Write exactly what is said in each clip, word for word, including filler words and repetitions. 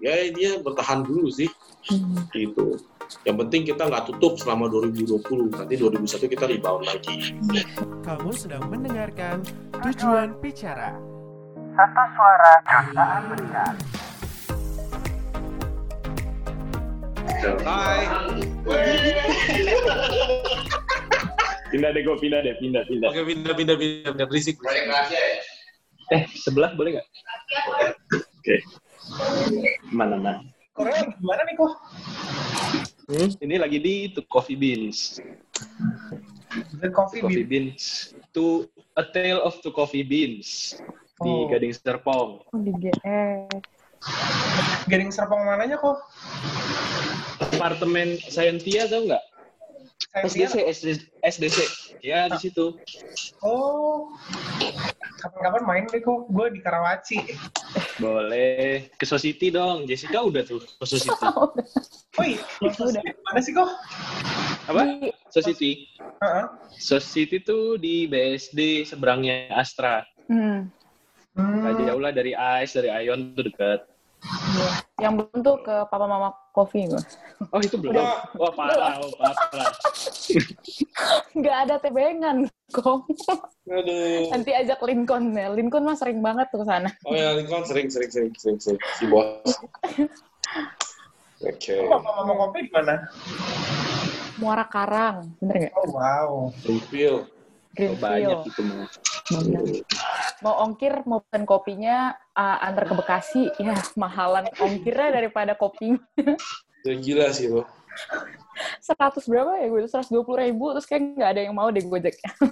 ya dia bertahan dulu sih. Hmm. Gitu. Yang penting kita nggak tutup selama dua ribu dua puluh, nanti dua ribu satu kita rebound lagi. Kamu sedang mendengarkan Tujuan Bicara. Satu suara jutaan pendengar. Hai. Pindah deh, gue pindah deh, pindah, pindah. Oke, pindah, pindah, pindah, pindah berisik. Eh, sebelah boleh nggak? Oke. Mana, mana? Korea gimana nih kok? Hmm, ini lagi di The Coffee Beans. The Coffee, Coffee Beans. Beans. To A Tale of Two Coffee Beans di Oh. Gading Serpong. Oh, di G S. Gading Serpong mananya kok? Apartemen Scientia tau nggak? S D C, S D C, S D C. Ya di situ. Oh. Kapan-kapan main deh kok. Gue di Karawaci. Boleh. Ke Society dong. Jessica udah tuh ke Society. Woi, udah. Mana sih kok? Apa? Society. Uh-huh. Society tuh di B S D seberangnya Astra. Hmm. Gak jauh lah dari Ice, dari Ion tuh dekat. Iya. Yang belum tuh ke Papa Mama Coffee gue. Oh itu belum? Wah parah, oh, parah. Nggak ada tebengan kok. Aduh. Nanti ajak Lincoln ya. Lincoln mah sering banget tuh ke sana. Oh ya, Lincoln sering, sering, sering, sering, sering. Si bos. Oke. Okay. Papa Mama Kopi di mana? Muara Karang, bener nggak? Oh wow. Greenfield. Greenfield. Banyak itu mah. Banyak. Mau ongkir, mau pesen kopinya, uh, antar ke Bekasi, ya mahalan ongkirnya daripada kopinya. Ya gila sih lo. Seratus berapa ya gue? Seratus dua puluh ribu, terus kayak nggak ada yang mau deh Gojek.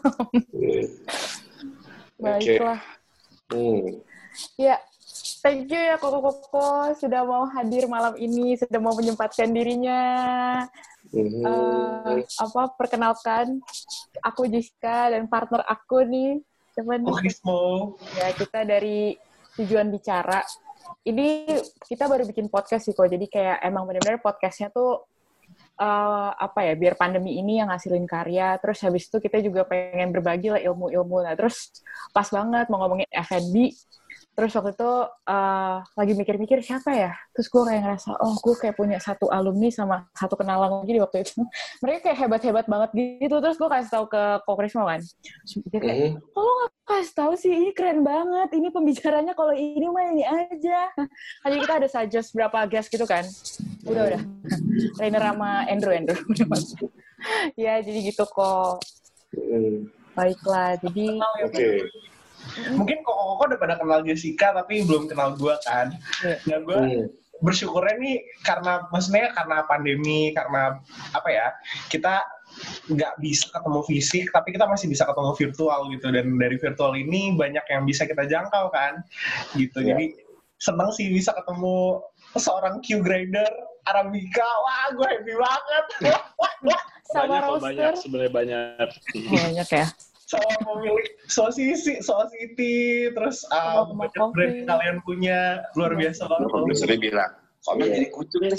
Baiklah. Hmm. Ya, thank you ya Koko-Koko sudah mau hadir malam ini, sudah mau menyempatkan dirinya. Hmm. Uh, apa perkenalkan, aku Jessica dan partner aku nih. Siapa nih? Oh, Krismo. Ya, kita dari Tujuan Bicara. Ini kita baru bikin podcast sih kok. Jadi kayak emang benar-benar podcastnya tuh uh, apa ya, biar pandemi ini yang ngasilin karya. Terus habis itu kita juga pengen berbagi lah ilmu-ilmu. Nah, terus pas banget mau ngomongin F and B. Terus waktu itu uh, lagi mikir-mikir siapa ya? Terus gue kayak ngerasa, oh gue kayak punya satu alumni sama satu kenalan lagi di waktu itu. Mereka kayak hebat-hebat banget gitu. Terus gue kasih tahu ke Ko Krismo kan. Dia kayak, oh lo gak kasih tahu sih, ini keren banget. Ini pembicaranya kalau ini mah ini aja. Jadi kita ada suggest berapa guest gitu kan. Udah-udah. Rainer sama Andrew, Andrew. Ya jadi gitu kok. Baiklah, jadi... Oke. Okay. Mungkin kok udah pada kenal Jessica tapi belum kenal gue kan. Nah gue hmm. bersyukurnya nih karena maksudnya karena pandemi, karena apa ya, kita nggak bisa ketemu fisik tapi kita masih bisa ketemu virtual gitu, dan dari virtual ini banyak yang bisa kita jangkau kan gitu. Yeah. Jadi seneng sih bisa ketemu seorang Q Grinder Arabica. Wah gue happy banget. Sama banyak, roaster. Banyak sebenarnya banyak. Banyak ya. Sama pemilik Society, Society, terus um, banyak brand yang kalian punya, luar biasa banget. Udah sering bilang, soalnya jadi kucing nih.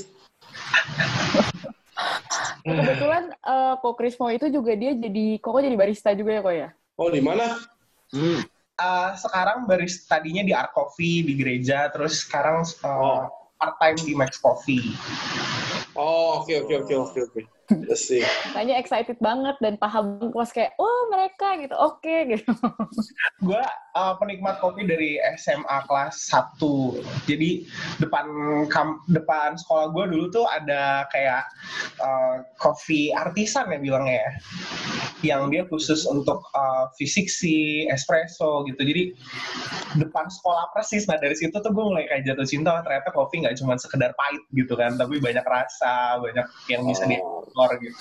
Kebetulan uh, Ko Krismo itu juga dia jadi, Koko jadi barista juga ya Ko ya? Oh di mana? Hmm. Uh, sekarang barista tadinya di Art Coffee di gereja, terus sekarang uh, oh. part time di Max Coffee. Oh oke oke oke oke oke. Yes, sih. Makanya excited banget dan paham pas kayak, oh mereka gitu, oke okay, gitu. Gue uh, penikmat kopi dari S M A kelas satu. Jadi depan kam- depan sekolah gue dulu tuh ada kayak uh, kopi artisan ya bilangnya ya. Yang dia khusus untuk uh, V enam puluh, espresso gitu. Jadi depan sekolah persis. Nah dari situ tuh gue mulai kayak jatuh cinta, ternyata kopi nggak cuma sekedar pahit gitu kan, tapi banyak rasa, banyak yang bisa di keluar gitu.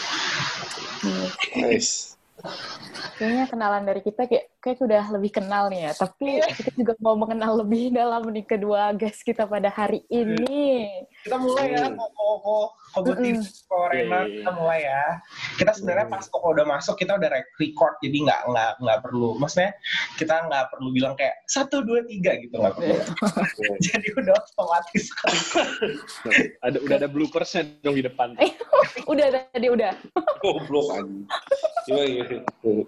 Nice. Kayaknya kenalan dari kita kayak kayak udah lebih kenal nih ya. Tapi kita juga mau mengenal lebih dalam nih kedua guest kita pada hari ini. Kita mulai ya, Koko, Koko Tim, Koko Rena, kita mulai ya. Kita sebenarnya pas Koko udah masuk, kita udah record, jadi nggak nggak nggak perlu. Maksudnya kita nggak perlu bilang kayak satu dua tiga gitu, nggak perlu. Jadi udah otomatis sekali. Ada udah ada bloopersnya dong di depan. Udah tadi udah. Goblok aja. Gimana gitu.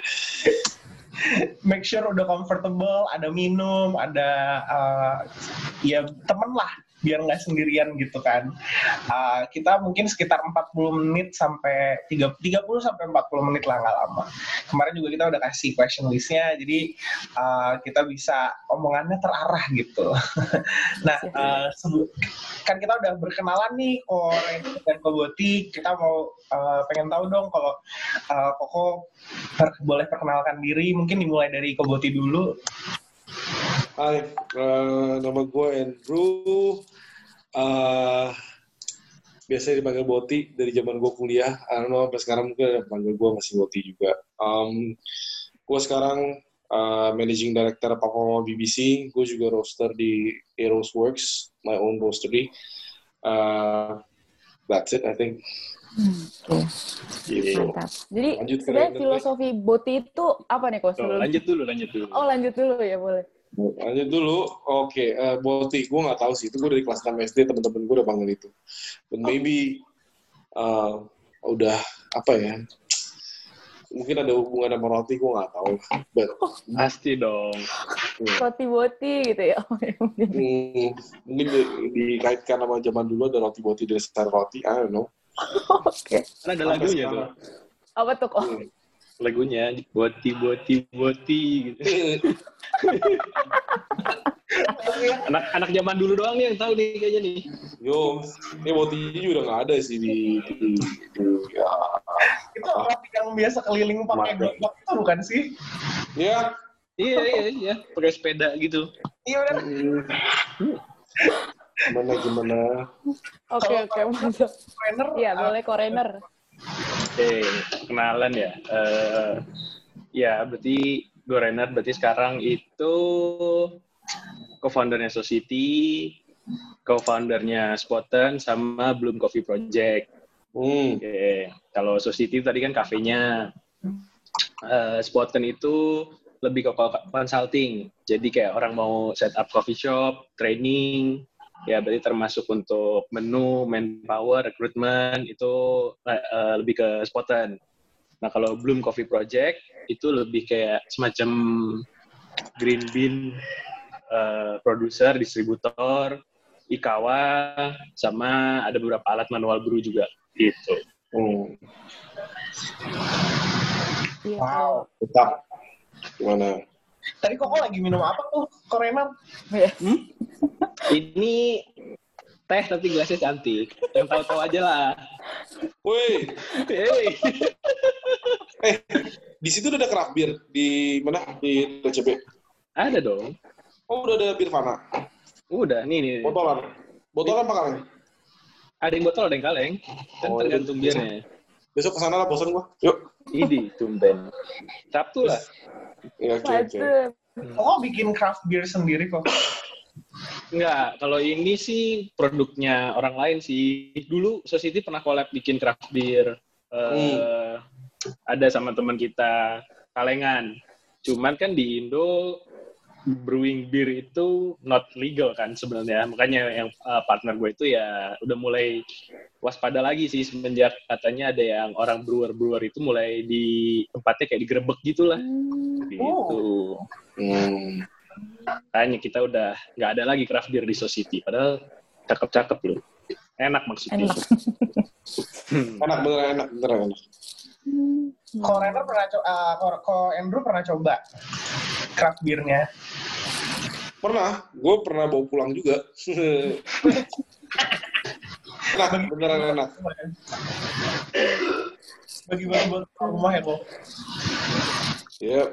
Make sure udah comfortable, ada minum, ada uh, ya temen lah biar nggak sendirian gitu kan. Uh, kita mungkin sekitar empat puluh menit sampai tiga puluh sampai empat puluh menit lah, nggak lama. Kemarin juga kita udah kasih question list-nya, jadi uh, kita bisa omongannya terarah gitu. Nah, uh, sebu- kan kita udah berkenalan nih Ko Rainer dan Ko Boti. Kita mau uh, pengen tahu dong kalau uh, Koko per- boleh perkenalkan diri, mungkin dimulai dari Ko Boti dulu. Hai, uh, nama gue Andrew. Uh, biasanya dipanggil Boti dari zaman gue kuliah. I don't know, sampai sekarang mungkin ada panggil gue masih Boti juga. Um, gue sekarang uh, Managing Director Papa B B C. Gue juga roster di Heroes Works, my own roastery. Uh, that's it, I think. Hmm, Oke, Gitu. mantap. Jadi Lanjut ke sebenarnya Rainer, filosofi Boti itu apa nih, Kok? Tuh, Sebelum... lanjut dulu, lanjut dulu. Oh, lanjut dulu ya, boleh. Lanjut dulu, oke. Okay. Uh, Boti, gue nggak tahu sih. Itu gue dari kelas enam S D, teman-teman gue udah panggil itu. But maybe uh, udah apa ya? Mungkin ada hubungan sama roti, gue nggak tahu. But, Pasti dong. Roti-boti gitu ya. hmm, mungkin di, dikaitkan sama zaman dulu ada roti-boti dari setar roti, I don't know. Oke. Kan ada lagunya tuh. Apa tuh, Kok? Hmm. Lagunya boti boti boti gitu. Anak-anak zaman dulu doang nih yang tahu nih kayaknya nih. Yo, ini botinya juga udah nggak ada sih di, di, di ya. Itu roti yang biasa keliling pakai gerobak itu bukan sih? Ya, Iya iya iya, pakai sepeda gitu. Iya udah. gimana gimana? Oke, oke, mantap. Trainer. Iya, boleh Ko Rainer. Oke, kenalan ya. Uh, ya, berarti gue Rainer, berarti sekarang itu co-foundernya Society, co-foundernya Spoten, sama Bloom Coffee Project. Hmm. Oke, kalau Society tadi kan kafenya. Uh, Spoten itu lebih ke consulting. Jadi kayak orang mau set up coffee shop, training, ya berarti termasuk untuk menu, manpower, rekrutmen, itu uh, lebih ke Spoten. Nah kalau Bloom Coffee Project, itu lebih kayak semacam green bean, uh, produser, distributor, Ikawa, sama ada beberapa alat manual brew juga, gitu. Hmm. Iya. Wow. Tetap. Gimana? Tadi Koko lagi minum apa tuh, Ko Rainer? Iya. Hmm? Ini teh tapi gelasnya cantik. Yang tahu-tahu aja lah. Woi, Hey. eh, di situ udah ada craft beer di mana? Di T C B. Ada dong. Oh, udah ada Birvana. Udah, nih nih. Botolan. Botolan apa kaleng? Ada yang botol, ada yang kaleng. Kan Oh, tergantung iya. birnya. Besok kesana lah, bosan gua. Yuk. Ini tumben. Sabtu lah. Ya, oke, oke. Mantap. Koko bikin craft beer sendiri kok. Enggak, kalau ini sih produknya orang lain sih. Dulu Society pernah collab bikin craft beer. Uh, ada sama teman kita, Kalengan. Cuman kan di Indo brewing beer itu not legal kan sebenarnya. Makanya yang uh, partner gue itu ya udah mulai waspada lagi sih semenjak katanya ada yang orang brewer-brewer itu mulai di tempatnya kayak digerebek gitu lah. Gitu. Oh. Hmm. Kayaknya kita udah nggak ada lagi craft beer di Society. Padahal cakep-cakep loh. Enak maksudnya. Enak. Enak, beneran enak, beneran enak. Ko Rainer pernah coba, uh, Ko, Ko Andrew pernah coba craft beer-nya. Pernah, gue pernah bawa pulang juga. Enak, beneran enak. Bagi-bagi buat rumah ya, Ko. Yep.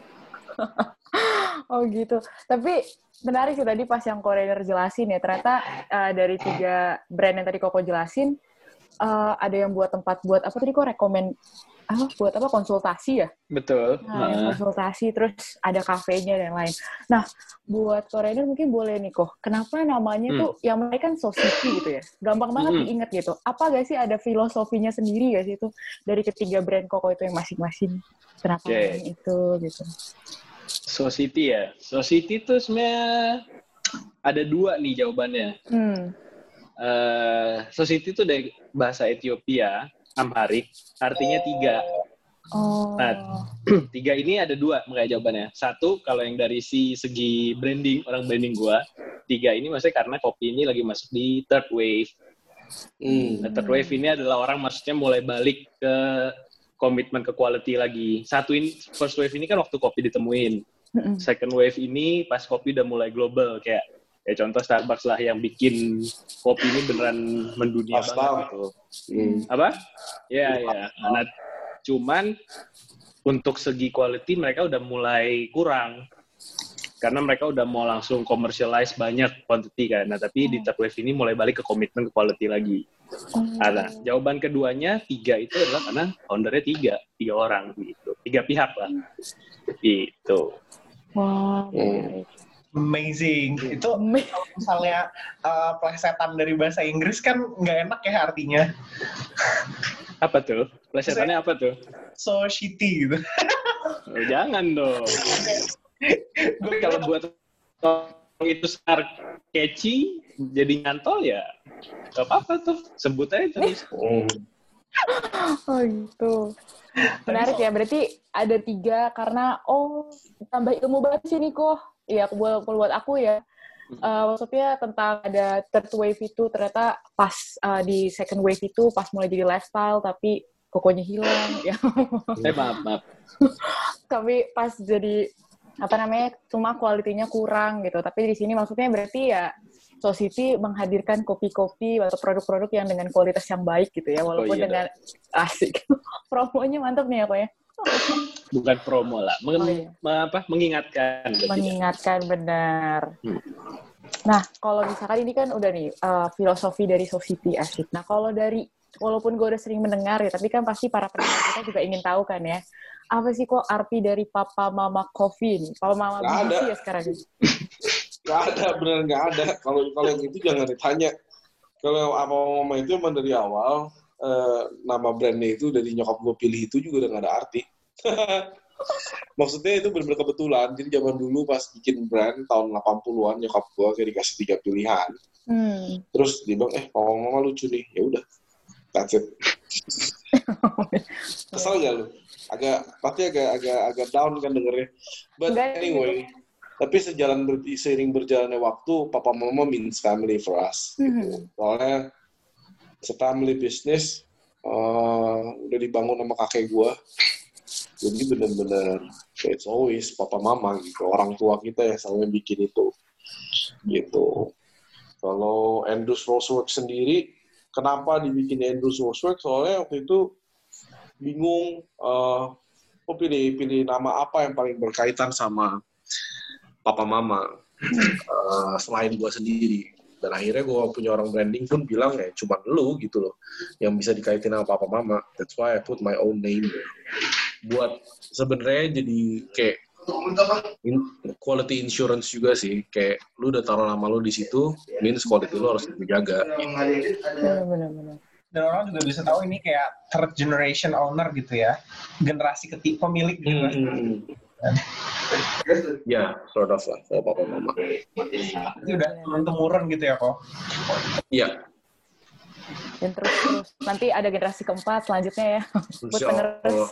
Oh gitu. Tapi menarik sih tadi pas yang Ko Rainer jelasin ya. Ternyata uh, dari tiga brand yang tadi Koko jelasin, uh, ada yang buat tempat buat apa tadi kok rekomend apa buat apa konsultasi ya? Betul. Nah, yang konsultasi terus ada kafenya dan lain. Nah, buat Ko Rainer mungkin boleh nih kok. Kenapa namanya Hmm. tuh yang mereka kan Society gitu ya? Gampang banget Hmm. diingat gitu. Apa gak sih ada filosofinya sendiri gak sih itu dari ketiga brand Koko itu yang masing-masing? Kenapa Oke. namanya itu gitu? Society ya. Society itu sebenarnya ada dua nih jawabannya. Hmm. Uh, Society itu dari bahasa Ethiopia, Amharic, artinya tiga. Oh. Nah, tiga ini ada dua makanya jawabannya. Satu, kalau yang dari si segi branding, orang branding gua, tiga ini maksudnya karena kopi ini lagi masuk di third wave. Hmm. Nah, third wave ini adalah orang maksudnya mulai balik ke komitmen ke quality lagi. Satu ini, first wave ini kan waktu kopi ditemuin. Second wave ini pas kopi udah mulai global, kayak ya contoh Starbucks lah yang bikin kopi ini beneran mendunia Lifestyle. banget gitu. Hmm. Apa? Ya, ya. Nah, cuman untuk segi quality mereka udah mulai kurang. Karena mereka udah mau langsung commercialize banyak quantity kan. Nah, tapi di third wave ini mulai balik ke komitmen ke quality lagi. Nah, jawaban keduanya, tiga itu adalah karena foundernya tiga. Tiga orang gitu. Tiga pihak lah. Gitu. Wah, menarik. Amazing. Itu kalau misalnya uh, plesetan dari bahasa Inggris kan nggak enak ya artinya. Apa tuh? Plesetannya apa tuh? So shitty gitu. Oh, jangan dong. Tapi kalau buat orang itu sekarang catchy, jadi nyantol ya gak apa-apa tuh. Sebut aja terus. Oh gitu. Menarik ya, berarti ada tiga karena, oh, tambah ilmu banget sih nih kok. Iya, buat, buat aku ya. Uh, maksudnya tentang ada third wave itu ternyata pas uh, di second wave itu pas mulai jadi lifestyle tapi kokonya hilang ya. Eh, maaf, maaf. Tapi pas jadi apa namanya cuma kualitinya kurang gitu. Tapi di sini maksudnya berarti ya Society menghadirkan kopi-kopi atau produk-produk yang dengan kualitas yang baik gitu ya, walaupun oh, iya dengan dong. Asik. Promonya mantap nih apa ya? Bukan promo lah, Meng- oh, iya. apa, mengingatkan. Mengingatkan ya. Benar. Hmm. Nah, kalau misalkan ini kan udah nih uh, filosofi dari Society asik. Nah, kalau dari walaupun gue udah sering mendengar ya, tapi kan pasti para pendengar kita juga ingin tahu kan ya, apa sih kok arti dari Papa Mama Coffee ini? Papa Mama B B C ya sekarang ini? Gak ada, bener gak ada. Kalau kalau yang itu jangan ditanya. Kalau apa Mama itu emang dari awal eh, nama brandnya itu dari nyokap gue pilih itu juga udah gak ada arti. Maksudnya itu benar-benar kebetulan. Jadi zaman dulu pas bikin brand tahun delapan puluhan nyokap gue kayak dikasih tiga pilihan. Hmm. Terus dia bilang, eh Papa Mama lucu nih. Ya udah, that's it. Kesel gak lu? Agak, pasti agak agak agak down kan dengernya. But anyway. Tapi sejalan ber, seiring berjalannya waktu, Papa Mama means family for us. Mm-hmm. Gitu. Soalnya se-family business uh, udah dibangun sama kakek gue. Jadi benar-benar it's always Papa Mama gitu. Orang tua kita yang selalu bikin itu. Gitu. Kalau Andrews Roseworks sendiri, kenapa dibikin Andrews Roseworks? Soalnya waktu itu bingung, uh, oh pilih pilih nama apa yang paling berkaitan sama Papa Mama uh, selain gue sendiri. Dan akhirnya gue punya orang branding pun bilang ya cuma lu gitu loh yang bisa dikaitin sama Papa Mama. That's why I put my own name. Buat sebenarnya jadi kayak in, quality insurance juga sih. Kayak lu udah taruh nama lu di situ, means quality lu harus dijaga. Benar-benar. Dan orang juga bisa tahu ini kayak third generation owner gitu ya, generasi ketiga pemilik gitu. Hmm. Ya, sort of lah, kalau Papa Mama. Itu udah turun-temurun gitu ya kok? Iya. Dan terus-terus. Nanti ada generasi keempat selanjutnya ya. Buat penerus.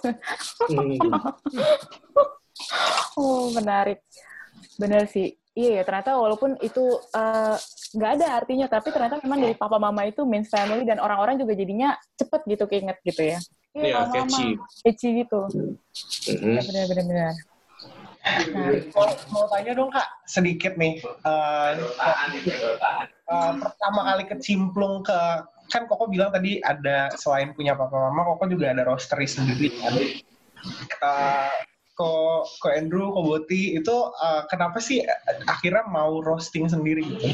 Oh, menarik. Benar sih. Iya ya, ternyata walaupun itu nggak uh, ada artinya, tapi ternyata memang dari Papa Mama itu means family dan orang-orang juga jadinya cepet gitu keinget gitu ya. Iya, yeah, catchy. Catchy gitu. Mm-hmm. Ya, benar-benar. Nah, mau, mau tanya dong Kak, sedikit nih. Uh, uh, pertama kali kecimplung ke, kan Koko bilang tadi ada selain punya Papa Mama, Koko juga ada roastery sendiri kan. Uh, Ko, Ko Andrew, Ko Boti, itu uh, kenapa sih akhirnya mau roasting sendiri gitu?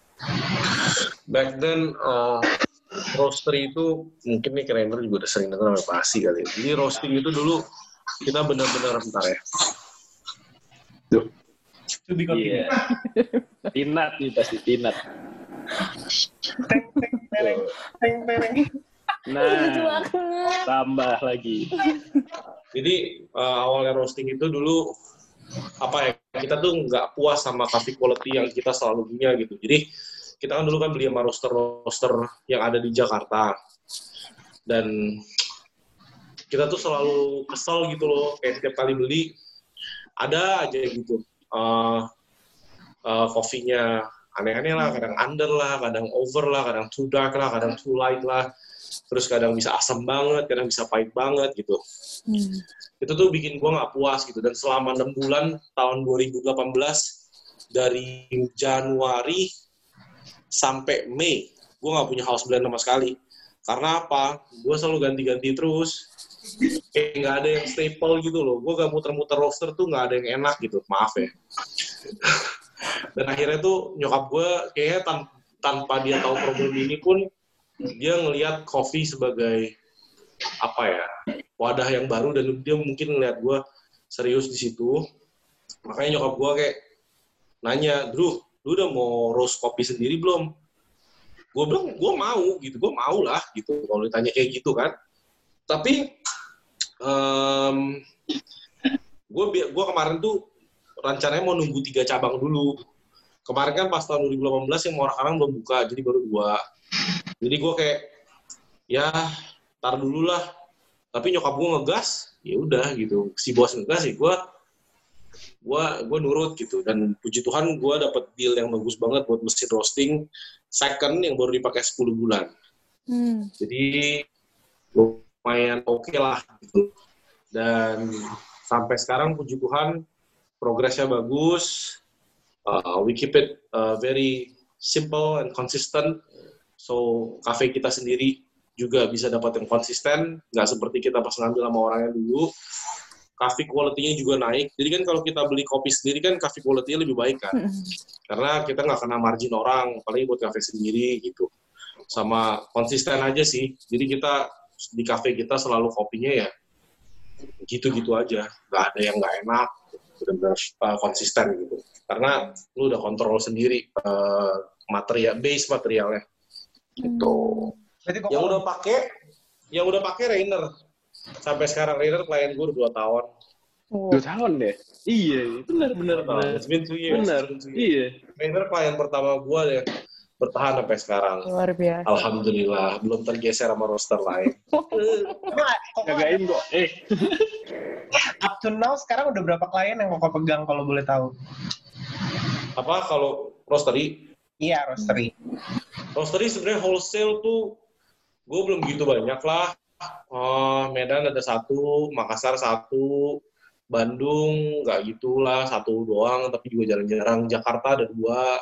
Back then, uh, roastery itu, mungkin nih Andrew juga udah sering dengar namanya pasti kali. Jadi roasting itu dulu, kita benar-benar, bentar ya. Tuh. To be continued. Yeah. Pinat nih, pasti pinat. Teng, teng, tereng, teng, tereng. Nah, tambah lagi. Jadi uh, awalnya roasting itu dulu apa ya, kita tuh nggak puas sama coffee quality yang kita selalu punya gitu. Jadi kita kan dulu kan beli sama roaster-roaster yang ada di Jakarta dan kita tuh selalu kesel gitu loh, kayak setiap kali beli ada aja gitu uh, uh, kopinya aneh-aneh lah, kadang under lah, kadang over lah, kadang too dark lah, kadang too light lah, terus kadang bisa asam banget, kadang bisa pahit banget gitu. Hmm. Itu tuh bikin gue nggak puas gitu. Dan selama enam bulan tahun dua ribu delapan belas dari Januari sampai Mei, gue nggak punya house blend sama sekali. Karena apa? Gue selalu ganti-ganti terus. Kayak nggak ada yang staple gitu loh. Gue gak muter-muter roaster tuh nggak ada yang enak gitu. Maaf ya. Dan akhirnya tuh nyokap gue kayaknya tan- tanpa dia tahu problem ini pun, dia ngelihat coffee sebagai apa ya, wadah yang baru, dan dia mungkin ngelihat gue serius di situ. Makanya nyokap gue kayak nanya, Drew, lu udah mau roast kopi sendiri belum? Gue bilang, gue mau gitu, gue mau lah gitu, kalau ditanya kayak gitu kan. Tapi, um, gue gue kemarin tuh rencananya mau nunggu tiga cabang dulu. Kemarin kan pas tahun dua ribu delapan belas yang Muara Karang belum buka, jadi baru dua. Jadi gue kayak, ya, tar dulu lah. Tapi nyokap gue ngegas, ya udah gitu. Si bos ngegas sih, gue gue gue nurut gitu. Dan puji Tuhan gue dapet deal yang bagus banget buat mesin roasting second yang baru dipakai sepuluh bulan. Hmm. Jadi lumayan oke okay lah gitu. Dan sampai sekarang puji Tuhan progresnya bagus. Uh, we keep it uh, very simple and consistent. So kafe kita sendiri juga bisa dapat yang konsisten, nggak seperti kita pas ngambil sama orangnya dulu. Coffee quality-nya juga naik. Jadi kan kalau kita beli kopi sendiri kan coffee quality-nya lebih baik kan. Karena kita nggak kena margin orang, apalagi buat kafe sendiri gitu. Sama konsisten aja sih. Jadi kita di kafe kita selalu kopinya ya gitu-gitu aja. Nggak ada yang nggak enak, benar-benar uh, konsisten gitu. Karena lu udah kontrol sendiri uh, material, base materialnya. Gitu. Hmm. Yang udah pakai, yang udah pakai Rainer. Sampai sekarang Rainer klien gue udah dua tahun. Oh. Dua tahun deh? Iya, benar benar benar. It's been two years. Benar, iya. Rainer klien pertama gue deh, bertahan sampai sekarang. Luar biasa. Alhamdulillah, belum tergeser sama roster lain. Jagain kok. Eh. Up to now sekarang udah berapa klien yang kok pegang kalau boleh tahu? Apa kalau roastery? Iya, roastery. Roastery sebenarnya wholesale tuh gue belum begitu banyak lah. Oh, Medan ada satu, Makassar satu, Bandung nggak gitulah satu doang, tapi juga jarang-jarang. Jakarta ada dua.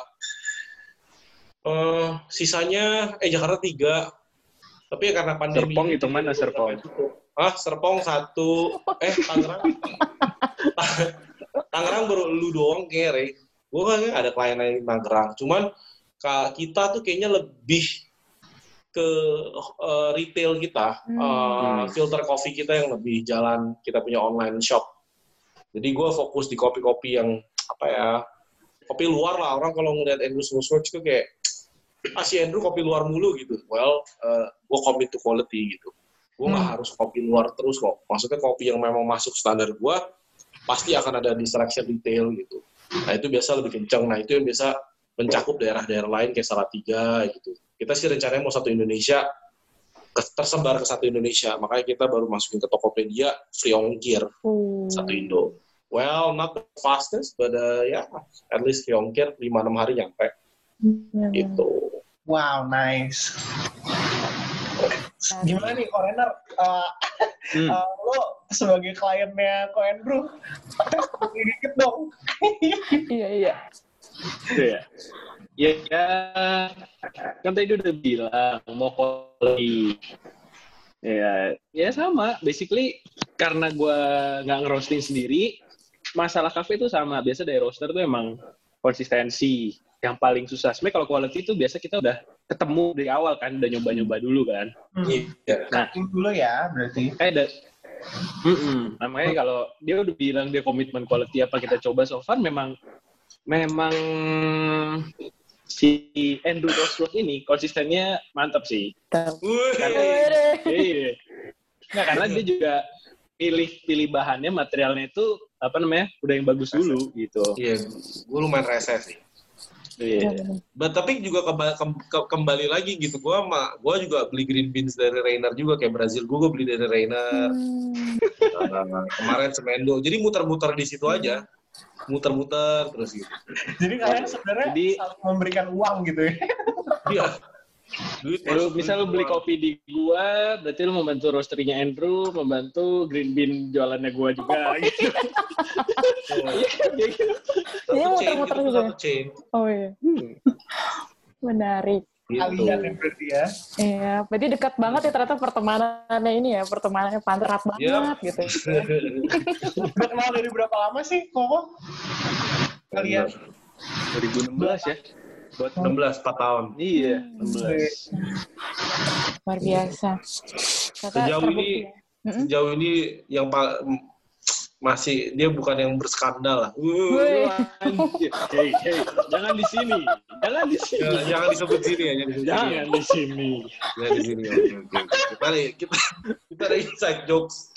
Uh, sisanya, eh Jakarta tiga. Tapi ya karena pandemi. Serpong itu mana Serpong? Ah, Serpong satu. Eh, Tangerang. Tangerang baru lu doang kere. Gue kan ada klien lain di Tangerang. Cuman kita tuh kayaknya lebih ke uh, retail kita, hmm. uh, filter coffee kita yang lebih jalan, kita punya online shop. Jadi gue fokus di kopi-kopi yang, apa ya, kopi luar lah. Orang kalau ngeliat Andrew Smoothworks itu kayak, ah si Andrew kopi luar mulu gitu. Well, uh, gue commit to quality gitu. Gue nggak hmm. harus kopi luar terus kok. Maksudnya kopi yang memang masuk standar gue, pasti akan ada di selection retail gitu. Nah itu biasa lebih kencang. Nah itu yang biasa mencakup daerah-daerah lain kayak Salatiga gitu. Kita sih rencananya mau satu Indonesia, tersebar ke satu Indonesia. Makanya kita baru masukin ke Tokopedia, free ongkir, hmm. satu Indo. Well, not the fastest, but uh, ya, yeah, at least free ongkir, lima enam hari nyampe. Hmm. Gitu. Wow, nice. Gimana nih, Korener? Uh, hmm. uh, lo sebagai kliennya Ko Andrew, dikit dong. Iya, iya. Iya. Ya, ya, kan tadi udah bilang mau quality. Ya, ya sama. Basically, karena gue nggak nge-roasting sendiri, masalah kafe itu sama. Biasa dari roaster tuh emang konsistensi yang paling susah. Sebenarnya kalau quality itu biasa kita udah ketemu dari awal kan, udah nyoba-nyoba dulu kan. Hmm. Nah, dulu ya berarti. Eh, da- Mm-mm. Namanya kalau dia udah bilang dia komitmen quality apa kita coba so far, memang memang si Andrew Rosewood ini konsistennya mantap sih. Karena, iya. Nah, karena dia juga pilih pilih bahannya, materialnya itu apa namanya udah yang bagus dulu gitu. Iya, gue lumayan rese sih. Iya. But, tapi juga kembali, kembali lagi gitu, gue sama gue juga beli green beans dari Rainer juga, kayak Brazil gue gue beli dari Rainer. Hmm. Uh, kemarin Semendo, jadi muter-muter di situ aja, muter-muter terus gitu. Jadi kalian sebenarnya Jadi, saling memberikan uang gitu ya? Iya. Duit Lu, masuk, misal lu duit beli keluar. kopi di gua, berarti lu membantu roastery-nya Andrew, membantu green bean jualannya gua juga gitu. Iya, kayak gitu. Satu Ini chain, muter-muter gitu, gitu ya? satu chain. Oh iya. Menarik. Gitu. Kalian yang berarti ya. Iya, berarti dekat banget ya ternyata pertemanannya ini ya, pertemanannya panterat banget Yap. gitu. Udah kenal dari berapa lama sih, Koko? Kalian? dua ribu enam belas ya. Buat enam belas, empat tahun. Iya, enam belas. Luar biasa. Ternyata Sejauh terbukti ini, ya. Mm-mm. sejauh ini yang pa- masih dia bukan yang berskandal lah. Uh, Wih. Anjir. Hei, hei, jangan di sini. Jangan di sini. jangan, jangan disebut sini ya, jangan disebut sini. Jangan di sini. Jangan di sini. Oke, oke. Kita ada kita kita ada inside jokes.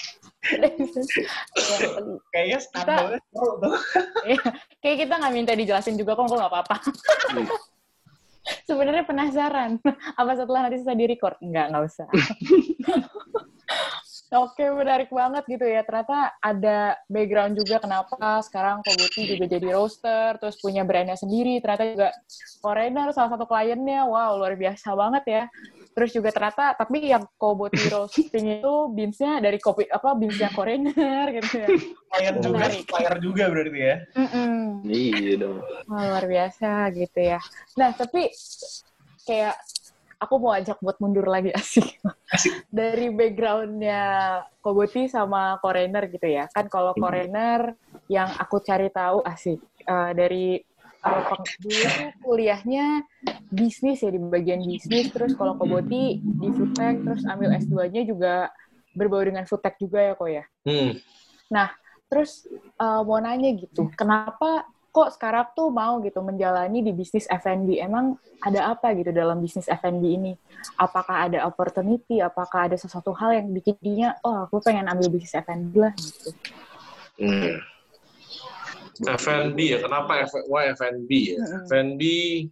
Iya. Kayaknya skandalnya seru tuh. Iya. Kayak kita nggak minta dijelasin juga kok, kok nggak apa-apa. Sebenarnya penasaran, apa setelah nanti selesai di-record? Enggak, nggak usah. Oke, menarik banget gitu ya. Ternyata ada background juga kenapa sekarang Kobuti juga jadi roaster, terus punya brandnya sendiri. Ternyata juga Korener salah satu kliennya, wow luar biasa banget ya. Terus juga ternyata, tapi yang Kobuti roasting itu beans-nya dari kopi apa beans-nya Korener gitu ya. Klien juga, Menarik. supplier juga berarti ya. Mm-mm. Iya dong. Wah, luar biasa gitu ya. Nah, tapi kayak aku mau ajak buat mundur lagi asik. Dari background-nya Kobuti sama Korener gitu ya. Kan kalau Korener yang aku cari tahu asik uh, dari uh, peng- dulu tuh kuliahnya bisnis ya, di bagian bisnis, terus kalau Kobuti di food tech, terus ambil S dua-nya juga berbau dengan food tech juga ya kok ya. Hmm. Nah, terus uh, mau nanya gitu, kenapa kok sekarang tuh mau gitu menjalani di bisnis F and B? Emang ada apa gitu dalam bisnis F and B ini? Apakah ada opportunity? Apakah ada sesuatu hal yang bikin dia, oh aku pengen ambil bisnis F and B lah gitu? Hmm. F and B ya, kenapa F- why F and B ya? Mm-mm. F and B,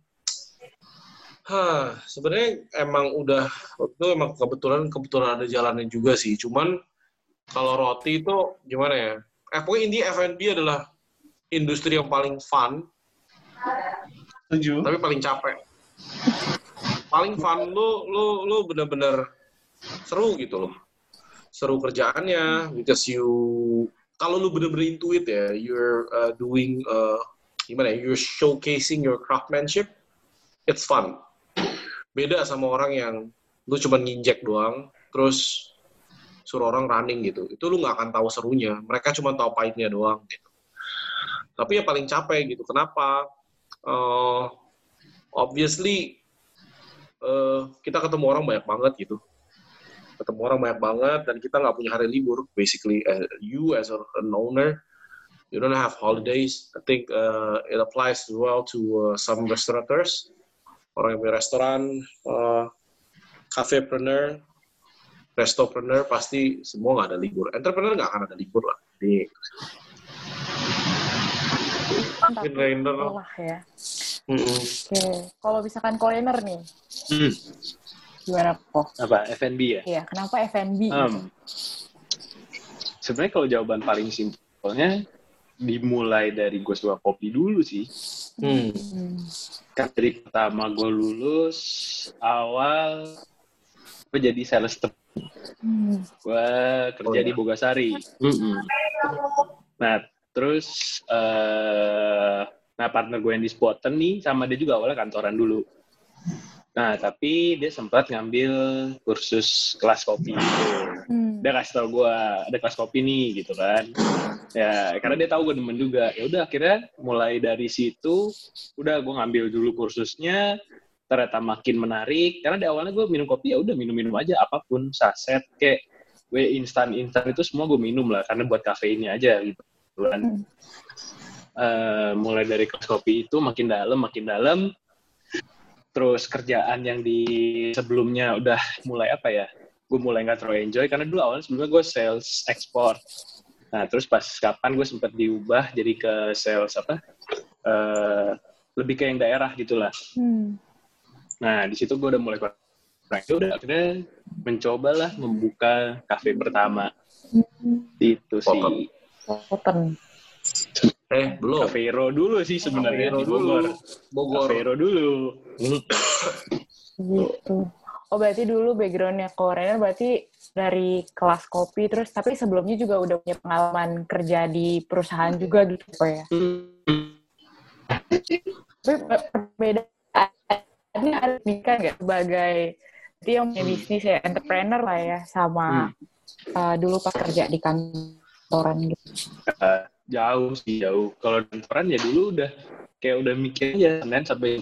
hah, sebenarnya emang udah, itu emang kebetulan kebetulan ada jalannya juga sih. Cuman kalau roti itu gimana ya? Eh, pokoknya intinya F and B adalah industri yang paling fun, Setuju. tapi paling capek. Paling fun, lu lu lu bener-bener seru gitu loh. Seru kerjaannya, because you, kalau lu bener-bener intuit ya, you're uh, doing, uh, gimana ya, you're showcasing your craftsmanship, it's fun. Beda sama orang yang lu cuma nginjek doang, terus suruh orang running gitu. Itu lu nggak akan tahu serunya. Mereka cuma tahu pahitnya doang gitu. Tapi ya paling capek gitu. Kenapa? Uh, obviously, uh, kita ketemu orang banyak banget gitu. Ketemu orang banyak banget, dan kita nggak punya hari libur. Basically, uh, you as a, an owner, you don't have holidays. I think uh, it applies as well to uh, some restaurateurs. Orang yang punya restoran, uh, cafepreneur, restopreneur, pasti semua nggak ada libur. Entrepreneur nggak akan ada libur lah. Jadi, Tapi Rainer. olah ya. mm-mm. Oke, kalau misalkan Korener nih, Hmm. gimana kok? Apa F and B ya? Iya, kenapa F and B? Um, sebenarnya kalau jawaban paling simpelnya dimulai dari gue suka kopi dulu sih. Hmm. Hmm. Kan dari pertama gue lulus, awal gue jadi sales ter- Hmm. gue kerja Oh, di ya. Bogasari. Mm-mm. Nah, terus eh nah partner gue yang di Spotten nih, sama dia juga awalnya kantoran dulu. Nah, tapi dia sempat ngambil kursus kelas kopi gitu. Hmm. Dia kasih tau gue, ada kelas kopi nih gitu kan. Ya, karena dia tahu gue demen juga. Ya udah, akhirnya mulai dari situ, udah gue ngambil dulu kursusnya, ternyata makin menarik. Karena di awalnya gue minum kopi, ya udah minum-minum aja, apapun, saset, kayak gue instan-instan itu semua gue minum lah, karena buat kafeinnya aja gitu kan. Hmm. Uh, mulai dari kelas kopi itu makin dalam, makin dalam. Terus kerjaan yang di sebelumnya udah mulai apa ya, gue mulai nggak terlalu enjoy, karena dulu awalnya sebelumnya gue sales ekspor. Nah, terus pas kapan gue sempat diubah jadi ke sales apa, uh, lebih ke yang daerah gitulah. Hmm. Nah, di situ gue udah mulai kurang. Udah akhirnya mencobalah membuka kafe pertama. Itu sih. Open. Eh, belum. Kafeiro dulu sih sebenarnya di Bogor. Bogor. Kafeiro dulu. Gitu. Oh berarti dulu backgroundnya Korener berarti dari kelas kopi terus tapi sebelumnya juga udah punya pengalaman kerja di perusahaan juga gitu kok ya? Tapi perbedaannya ada nih kan nggak sebagai itu yang punya bisnis ya entrepreneur lah ya sama hmm. uh, dulu pas kerja di kantoran gitu. Uh, jauh sih jauh. Kalau di kantoran ya dulu udah kayak udah mikir aja Senin sampai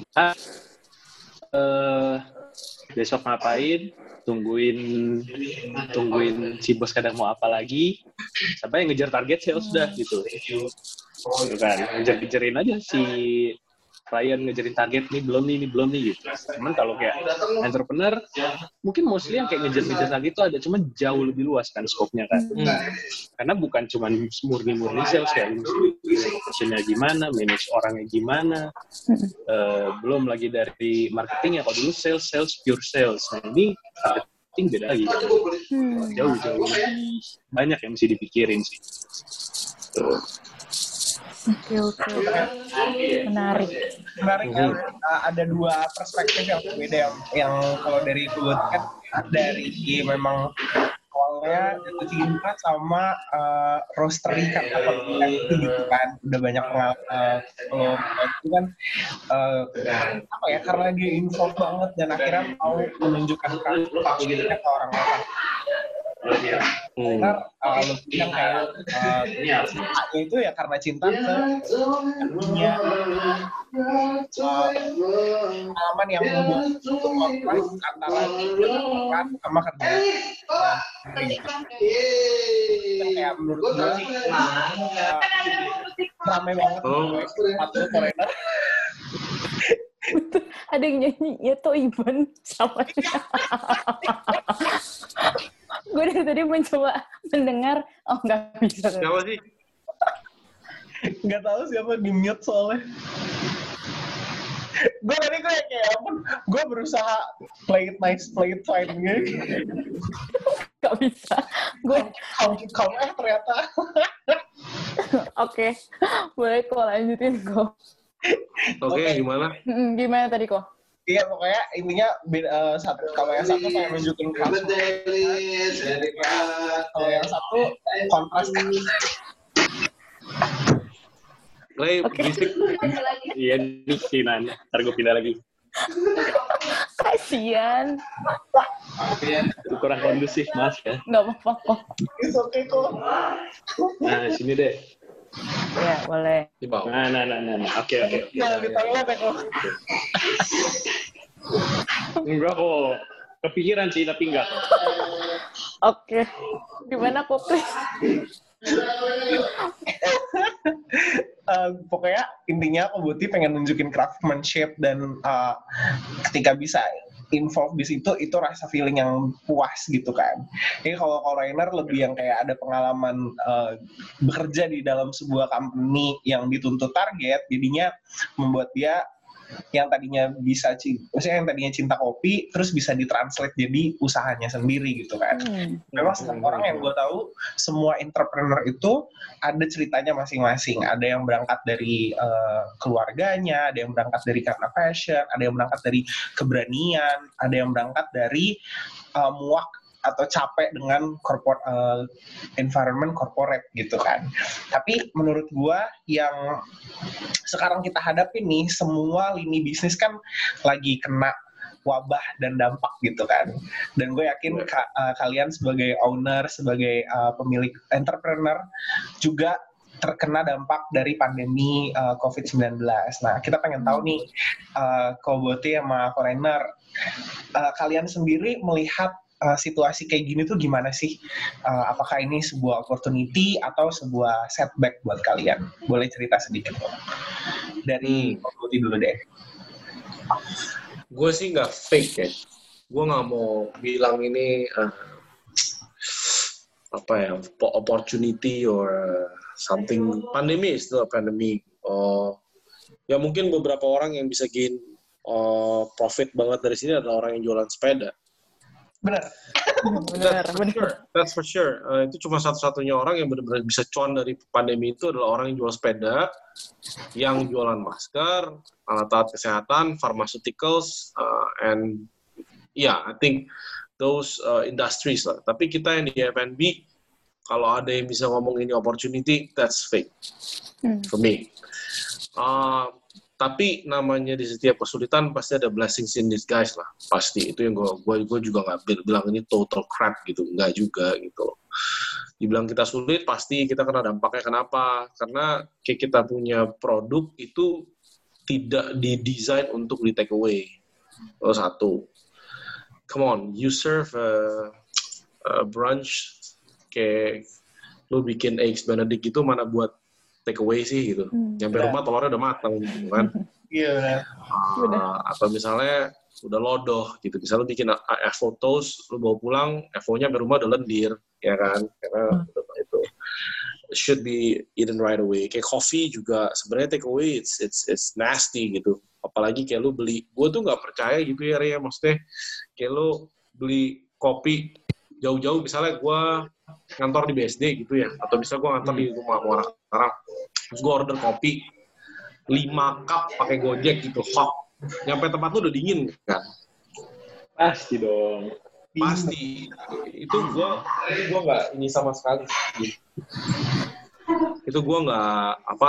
uh, besok ngapain, tungguin tungguin si bos kadang mau apa lagi, sampai ngejar target sales sudah gitu. Gitu kan, ngejar-ngejarin aja si klien ngejarin target nih belum nih, ini belum nih gitu. Cuman kalau kayak entrepreneur, mungkin mostly yang kayak ngejar-ngejar target itu ada, cuman jauh lebih luas kan skopnya kan. Hmm. Karena bukan cuma murni-murni sales kayak personnya gimana, manage orangnya gimana, uh, belum lagi dari marketing ya. Kalau dulu sales, sales pure sales. Nah ini marketing beda lagi. Jauh-jauh lebih banyak yang mesti dipikirin sih. Tuh. Oke oke menarik. Menarik kan uh, ada dua perspektif yang berbeda yang, yang kalau dari gue kan dari memang awalnya jatuh cinta sama uh, roastery kan gitu kan udah banyak pengalaman kalau uh, itu kan uh, apa ya karena dia involved banget dan akhirnya mau menunjukkan karakternya ke orang-orang. Karena uh, lebih yang kayak uh, cintanya itu ya karena cinta ke dunia uh, pengalaman yang membuat itu kontras antara kan sama kerja yang kayak menurut gue sih uh, ramai banget sepatu foreigner. Ada yang nyanyi ya toh Iban sama gue dari tadi mencoba mendengar oh nggak bisa siapa sih nggak tahu siapa di mute soalnya gue tadi gue kayak apa gue berusaha play it nice play it fine gitu nggak bisa gue kamu kamu eh ternyata oke boleh kok lanjutin kok. Oke, okay, gimana? Mm, gimana tadi kok? Iya pokoknya intinya uh, satu kalau yang satu pengen nunjukin kasus, kalau yang satu kontras. Lay, bisik. Iya nih Sinan, ntar gue pindah lagi. Kasian. Itu kurang kondusif mas ya. Nggak apa-apa kok. It's okay kok. Nah sini deh. Ya boleh. Di bawah. Nah, nah, nah, nah, oke, oke. Nah, ditolong ya kok. Enggak kok. Kepikiran sih, tapi enggak. Oke. Gimana kok, please? uh, pokoknya intinya aku Buti pengen nunjukin craftsmanship dan uh, ketika bisa involved di situ itu rasa feeling yang puas gitu kan. Jadi kalau Korener lebih yang kayak ada pengalaman uh, bekerja di dalam sebuah company yang dituntut target, jadinya membuat dia yang tadinya bisa maksudnya yang tadinya cinta kopi terus bisa ditranslate jadi usahanya sendiri gitu kan. Hmm. Memang setiap orang yang gue tahu semua entrepreneur itu ada ceritanya masing-masing. Ada yang berangkat dari uh, keluarganya, ada yang berangkat dari karena passion, ada yang berangkat dari keberanian, ada yang berangkat dari uh, muak atau capek dengan corporate uh, environment corporate gitu kan. Tapi menurut gua yang sekarang kita hadapi nih semua lini bisnis kan lagi kena wabah dan dampak gitu kan. Dan gue yakin ka, uh, kalian sebagai owner, sebagai uh, pemilik entrepreneur juga terkena dampak dari pandemi uh, covid sembilan belas. Nah, kita pengen tahu nih uh, Kobote sama Korener, uh, kalian sendiri melihat Uh, situasi kayak gini tuh gimana sih? Uh, apakah ini sebuah opportunity atau sebuah setback buat kalian? Boleh cerita sedikit dong. Dari Kobote dulu deh. Gue sih nggak fake ya. Gue nggak mau bilang ini uh, apa ya opportunity or uh, something. Pandemi is still a pandemic. Oh, Ya mungkin beberapa orang yang bisa gain uh, profit banget dari sini adalah orang yang jualan sepeda. Benar. Benar, That's for benar. sure. That's for sure. Uh, itu cuma satu-satunya orang yang benar-benar bisa cuan dari pandemi itu adalah orang yang jual sepeda, yang jualan masker, alat-alat kesehatan, pharmaceuticals, uh, and yeah, I think those uh, industries lah. Tapi kita yang di F and B, kalau ada yang bisa ngomong ini opportunity, that's fake Hmm. for me. Uh, tapi namanya di setiap kesulitan pasti ada blessings in disguise lah, pasti. Itu yang gue gue gue juga nggak bilang ini total crap gitu, nggak juga gitu. Dibilang kita sulit, pasti kita kena dampaknya. Kenapa? Karena kayak kita punya produk itu tidak didesain untuk di take away. Oh, satu. Come on, you serve a, a brunch kayak lu bikin eggs benedict itu mana buat take away sih gitu. Hmm. Nyampe rumah telurnya udah matang gitu kan. Iya benar. Uh, atau misalnya udah lodoh gitu. Misalnya lu bikin F O toast, lu bawa pulang, F O-nya sampai rumah udah lendir, ya kan? Karena hmm. itu should be eaten right away. Kayak coffee juga sebenarnya take away it's it's it's nasty gitu. Apalagi kayak lu beli, gue tuh nggak percaya gitu ya, Ria. Maksudnya kayak lu beli kopi jauh-jauh, misalnya gue ngantor di B S D gitu ya, atau bisa gue ngantor hmm. di rumah orang sekarang, terus gue order kopi lima cup pakai Gojek gitu, hot, nyampe tempat lu udah dingin kan? Pasti dong. Pasti. Itu gue, itu gue nggak ini sama sekali. Itu gue nggak apa,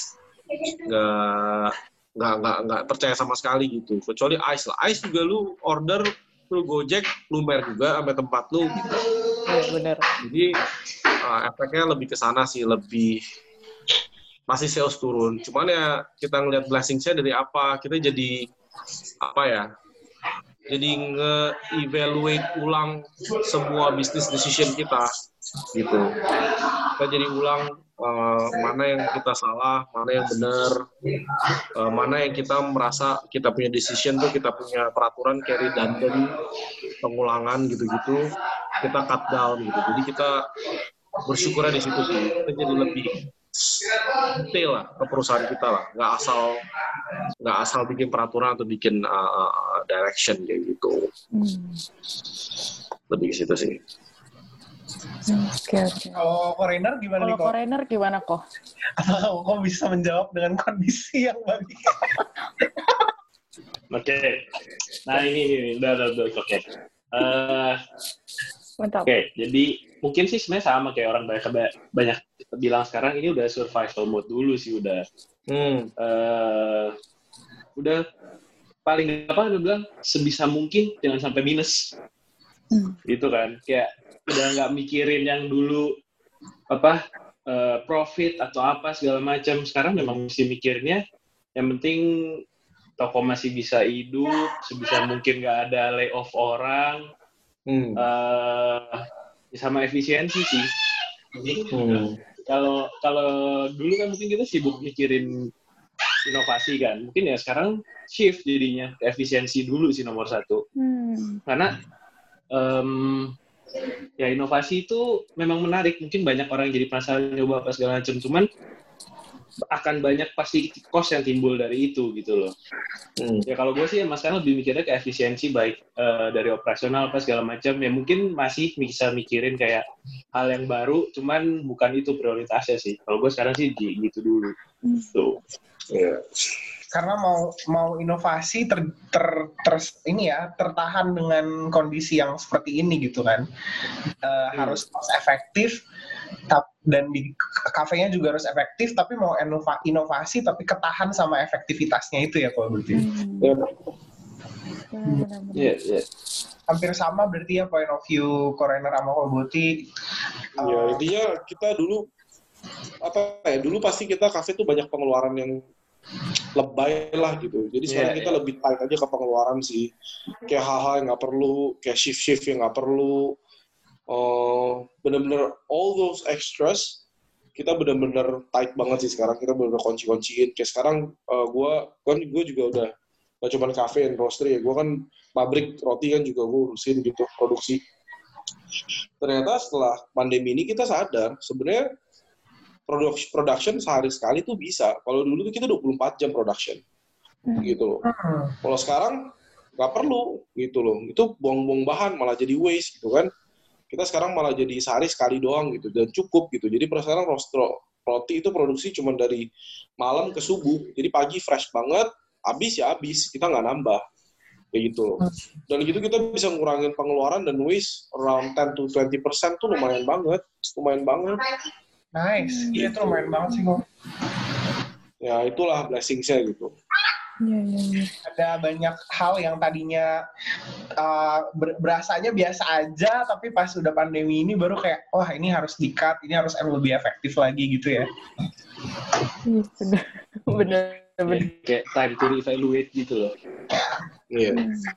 nggak nggak nggak nggak percaya sama sekali gitu. Kecuali ice lah, ice juga lu order, lu Gojek, lu bayar juga sampai tempat lu gitu. Iya benar. Jadi uh, efeknya lebih ke sana sih, lebih masih sales turun. Cuman ya kita ngelihat blessing-nya dari apa? Kita jadi apa ya? Jadi nge-evaluate ulang semua business decision kita gitu. Kita jadi ulang uh, mana yang kita salah, mana yang benar, uh, mana yang kita merasa kita punya decision tuh, kita punya peraturan kayak redundant, pengulangan gitu-gitu, kita cut down gitu. Jadi kita bersyukurnya di situ sih. Kita jadi lebih detail lah ke perusahaan kita lah, nggak asal nggak asal bikin peraturan atau bikin uh, uh, direction kayak gitu. Hmm. Lebih ke situ sih. Oke, oke. Kalau Korener gimana nih kok? Kalau Korener gimana kok? Apakah kok bisa menjawab dengan kondisi yang bagus? Oke. Nah ini ini udah udah udah oke. Okay. Uh, Mantap. Oke, okay, jadi mungkin sih sebenarnya sama kayak orang banyak banyak bilang sekarang ini udah survival mode dulu sih udah. Hmm. Uh, udah paling apa udah bilang sebisa mungkin jangan sampai minus. Hmm. Gitu kan. Kayak udah nggak mikirin yang dulu apa uh, profit atau apa segala macam. Sekarang memang mesti mikirnya yang penting toko masih bisa hidup, sebisa mungkin nggak ada layoff orang. Hmm. Uh, sama efisiensi sih. Hmm. Kalau kalau dulu kan mungkin kita sibuk mikirin inovasi kan, mungkin ya sekarang shift jadinya efisiensi dulu sih nomor satu. Hmm. Karena um, ya inovasi itu memang menarik, mungkin banyak orang yang jadi penasaran nyoba apa segala macam, cuman akan banyak pasti cost yang timbul dari itu gitu loh. Hmm. Ya kalau gue sih mas kan lebih mikirnya ke efisiensi baik uh, dari operasional apa segala macam. Ya mungkin masih bisa mikirin kayak hal yang baru, cuman bukan itu prioritasnya sih. Kalau gue sekarang sih gitu dulu. Hmm. Tuh. Yeah. Karena mau mau inovasi ter, ter, ter ini ya tertahan dengan kondisi yang seperti ini gitu kan. Uh, hmm. Harus efektif. Dan di kafenya juga harus efektif, tapi mau inova, inovasi tapi ketahan sama efektivitasnya itu ya kalau berarti. Iya, hmm. yeah, yeah. Hampir sama berarti ya point of view Korener sama Kolboti. Ya uh, intinya kita dulu apa ya dulu pasti kita kafe tuh banyak pengeluaran yang lebay lah gitu. Jadi sekarang yeah, kita yeah. lebih tight aja ke pengeluaran sih. Kayak hal-hal yang nggak perlu, kayak shift-shift yang nggak perlu. Uh, bener-bener all those extras kita bener-bener tight banget sih sekarang. Kita bener-bener kunci-kunciin. Kayak sekarang uh, gue kan gue juga udah gak cuma cafe and roastery ya, gue kan pabrik roti kan juga gue urusin gitu produksi. Ternyata setelah pandemi ini kita sadar sebenarnya production, production sehari sekali tuh bisa. Kalau dulu tuh kita dua puluh empat jam production. Gitu loh. Kalau sekarang nggak perlu gitu loh. Itu buang-buang bahan malah jadi waste gitu kan. Kita sekarang malah jadi sehari sekali doang gitu dan cukup gitu. Jadi sekarang rostro roti itu produksi cuma dari malam ke subuh. Jadi pagi fresh banget, habis ya habis, kita nggak nambah. Kayak gitu loh. Dan gitu kita bisa ngurangin pengeluaran dan waste around ten to twenty percent tuh lumayan banget. Lumayan banget. Nice, iya itu lumayan banget sih kok. Ya itulah blessing-nya gitu. Iya, iya, iya. Ada banyak hal yang tadinya uh, ber- berasanya biasa aja, tapi pas udah pandemi ini baru kayak, wah ini harus di-cut, ini harus lebih efektif lagi gitu ya. Iya, bener. Bener, bener. Kayak time to evaluate gitu loh. Iya.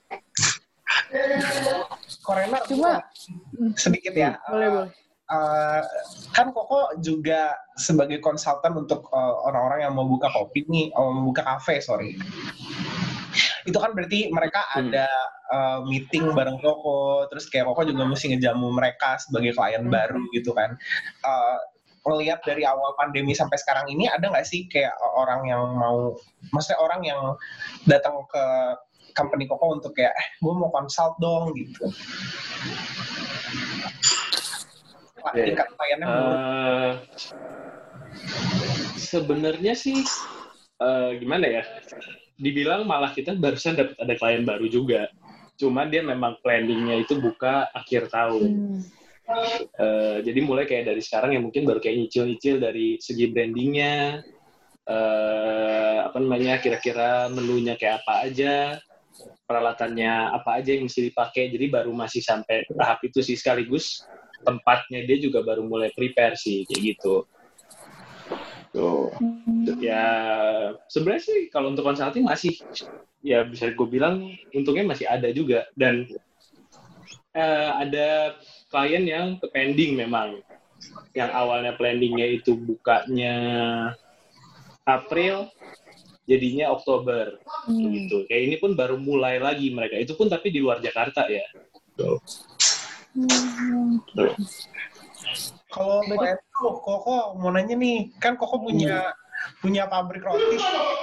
Korena, Cuma, sedikit ya. boleh, boleh. Uh, kan Koko juga sebagai konsultan untuk uh, orang-orang yang mau buka kopi nih, oh, mau buka kafe, sorry. Itu kan berarti mereka ada uh, meeting bareng Koko, terus kayak Koko juga mesti ngejamu mereka sebagai klien baru gitu kan. Uh, melihat dari awal pandemi sampai sekarang ini, ada nggak sih kayak orang yang mau, maksudnya orang yang datang ke company Koko untuk kayak, eh gue mau consult dong gitu. Tingkat kliennya uh, sebenarnya sih uh, gimana ya, dibilang malah kita barusan dapat ada klien baru juga, cuma dia memang planningnya itu buka akhir tahun. hmm. uh, jadi mulai kayak dari sekarang yang mungkin baru kayak nyicil-nyicil dari segi brandingnya, uh, apa namanya, kira-kira menunya kayak apa aja, peralatannya apa aja yang mesti dipakai, jadi baru masih sampai tahap itu sih. Sekaligus tempatnya dia juga baru mulai prepare sih, kayak gitu. Tuh. Ya, sebenarnya sih kalau untuk consulting masih, ya bisa gue bilang untungnya masih ada juga. Dan eh, ada klien yang ke pending memang. Yang awalnya planningnya itu bukanya April, jadinya Oktober. Hmm. Gitu. Kayak ini pun baru mulai lagi mereka. Itu pun tapi di luar Jakarta ya. Tuh. Hmm. Kalau itu Koko mau nanya nih, kan Koko punya hmm. punya pabrik roti.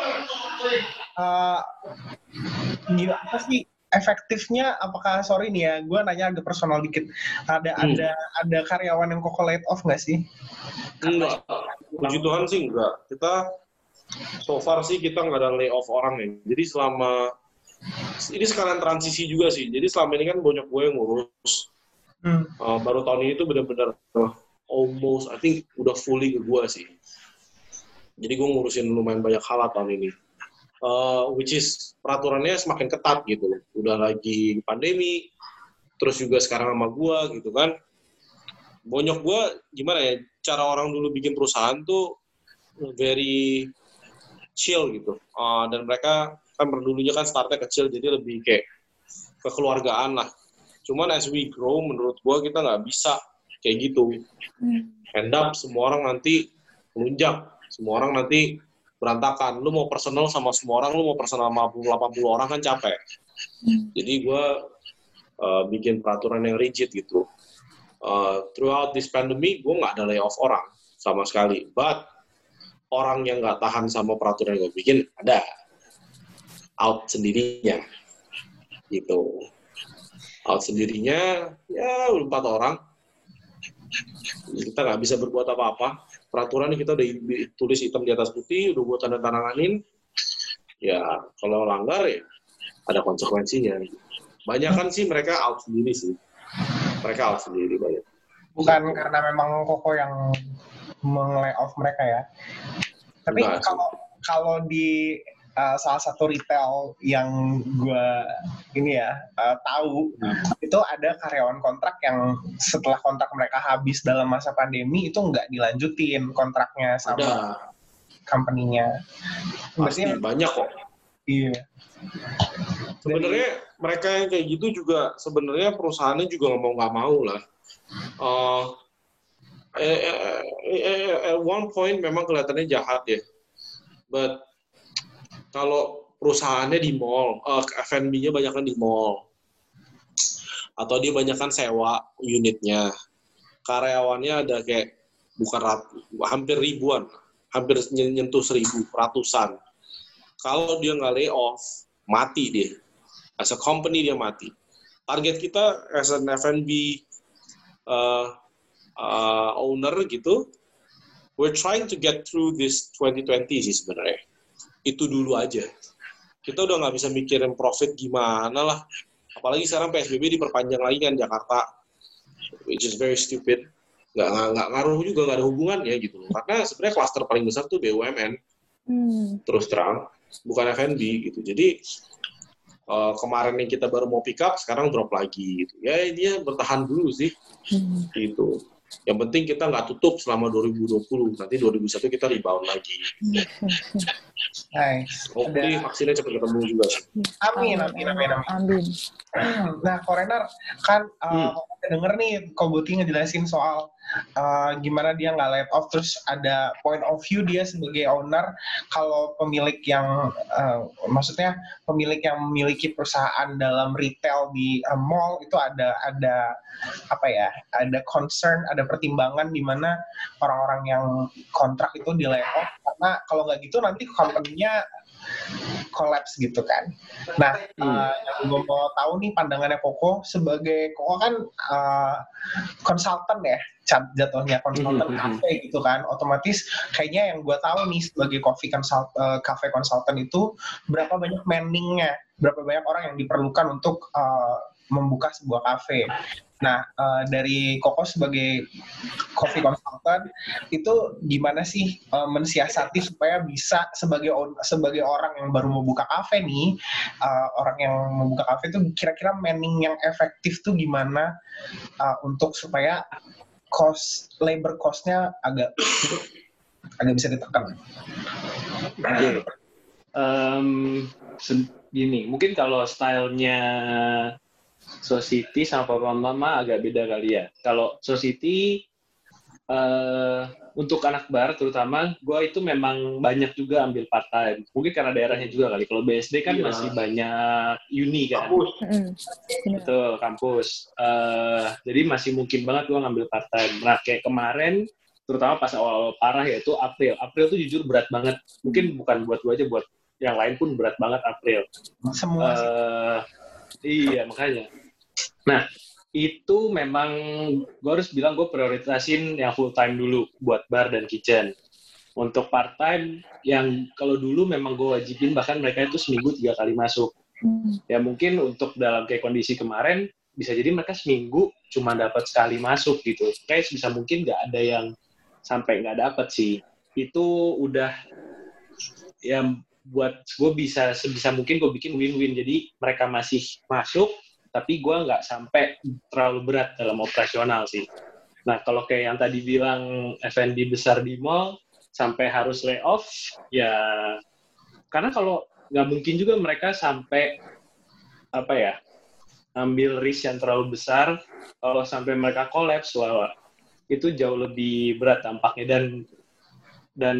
Uh, gila, apa sih efektifnya? Apakah sorry nih ya, gue nanya agak personal dikit. Ada hmm. ada ada karyawan yang Koko laid off nggak sih? Enggak, puji Tuhan sih enggak. Kita so far sih kita nggak ada lay off orang ya. Jadi selama ini sekalian transisi juga sih. Jadi selama ini kan banyak gue yang ngurus. Hmm. Uh, baru tahun ini tuh benar-benar uh, almost, I think udah fully ke gue sih. Jadi gue ngurusin lumayan banyak hal tahun ini. Uh, which is peraturannya semakin ketat gitu loh. Udah lagi pandemi, terus juga sekarang sama gue gitu kan. Bonyok gue gimana ya, cara orang dulu bikin perusahaan tuh very chill gitu. Uh, dan mereka kan dulunya kan startnya kecil, jadi lebih kayak kekeluargaan lah. Cuman as we grow, menurut gua kita nggak bisa kayak gitu. End up semua orang nanti melunjak, semua orang nanti berantakan. Lu mau personal sama semua orang, lu mau personal sama delapan puluh orang kan capek. Jadi gua uh, bikin peraturan yang rigid gitu. Uh, throughout this pandemic, gua nggak ada layoff orang sama sekali. But orang yang nggak tahan sama peraturan yang gua bikin ada out sendirinya, gitu. Out sendirinya, ya udah empat orang. Kita nggak bisa berbuat apa-apa. Peraturan kita udah tulis hitam di atas putih, udah buat tanda tanganin. Ya, kalau langgar ya ada konsekuensinya. Banyak kan sih mereka out sendiri sih. Mereka out sendiri banyak. Bukan karena memang Koko yang meng-layoff mereka ya. Tapi Enggak, kalau sih. kalau di Uh, salah satu retail yang gue ini ya uh, tahu hmm. itu ada karyawan kontrak yang setelah kontrak mereka habis dalam masa pandemi itu nggak dilanjutin kontraknya sama ada. company-nya. Pasti banyak kok. Iya. Sebenarnya mereka yang kayak gitu juga sebenarnya perusahaannya juga mau nggak mau lah. Uh, eh, eh, eh, at one point memang kelihatannya jahat ya, but kalau perusahaannya di mall, uh, F and B-nya banyakkan di mall, atau dia banyakkan sewa unitnya, karyawannya ada kayak bukan rat, hampir ribuan, hampir nyentuh seribu, ratusan. Kalau dia nggak lay off, mati dia. As a company dia mati. Target kita as an F and B uh, uh, owner gitu, we're trying to get through this twenty twenty sih sebenarnya. Itu dulu aja. Kita udah nggak bisa mikirin profit gimana lah. Apalagi sekarang P S B B diperpanjang lagi kan Jakarta, which is very stupid. Nggak, nggak, nggak ngaruh juga, nggak ada hubungannya gitu. Karena sebenarnya klaster paling besar tuh B U M N. Hmm. Terus terang, bukan F and B gitu. Jadi uh, kemarin yang kita baru mau pick up, sekarang drop lagi gitu. Ya dia bertahan dulu sih. Hmm. Gitu. Yang penting kita nggak tutup selama dua ribu dua puluh. Nanti dua ribu satu kita rebound lagi. Nice. Hopefully vaksinnya cepat ketemu juga sih. Amin, amin, amin, amin. amin. Nah, Korener, kan uh, hmm. denger nih, Ko Boti ngejelasin soal uh, gimana dia nggak let off, terus ada point of view dia sebagai owner, kalau pemilik yang, uh, maksudnya pemilik yang memiliki perusahaan dalam retail di uh, mall, itu ada, ada apa ya, ada concern, ada pertimbangan di mana orang-orang yang kontrak itu di lay off, karena kalau nggak gitu nanti company-nya collapse gitu kan. Nah, hmm. uh, yang gue mau tahu nih pandangannya Koko sebagai Koko kan konsultan uh, ya, jatuhnya konsultan hmm. cafe gitu kan. Otomatis kayaknya yang gue tahu nih sebagai coffee consult, uh, cafe consultant itu berapa banyak manning-nya, berapa banyak orang yang diperlukan untuk uh, membuka sebuah kafe. Nah, uh, dari Koko sebagai coffee consultant itu gimana sih uh, mensiasati supaya bisa sebagai sebagai orang yang baru mau buka kafe nih, uh, orang yang mau buka kafe itu kira-kira manning yang efektif tuh gimana uh, untuk supaya cost labor cost-nya agak agak bisa ditekan. Oke. Um, gini, mungkin kalau stylenya Society sama Papa Mama agak beda kali ya. Kalau Society uh, untuk anak bar terutama, gue itu memang banyak juga ambil part time. Mungkin karena daerahnya juga kali. Kalau B S D kan iya. masih banyak uni kan. Kampus. Betul, kampus. Uh, jadi masih mungkin banget gue ngambil part time. Nah kayak kemarin, terutama pas awal-awal parah yaitu April. April tuh jujur berat banget. Mungkin bukan buat gue aja, buat yang lain pun berat banget April. Semua sih. Uh, iya, makanya. Nah, itu memang gue harus bilang gue prioritasin yang full time dulu buat bar dan kitchen. Untuk part time yang kalau dulu memang gue wajibin bahkan mereka itu seminggu tiga kali masuk. Ya mungkin untuk dalam kayak kondisi kemarin bisa jadi mereka seminggu cuma dapat sekali masuk gitu. Kayak bisa mungkin nggak ada yang sampai nggak dapat sih. Itu udah ya buat gue bisa sebisa mungkin gue bikin win-win. Jadi mereka masih masuk tapi gue nggak sampai terlalu berat dalam operasional sih. Nah, kalau kayak yang tadi bilang F and B besar di mall, sampai harus lay off, ya karena kalau nggak mungkin juga mereka sampai, apa ya, ambil risk yang terlalu besar, kalau sampai mereka collapse, wah, itu jauh lebih berat dampaknya. Dan dan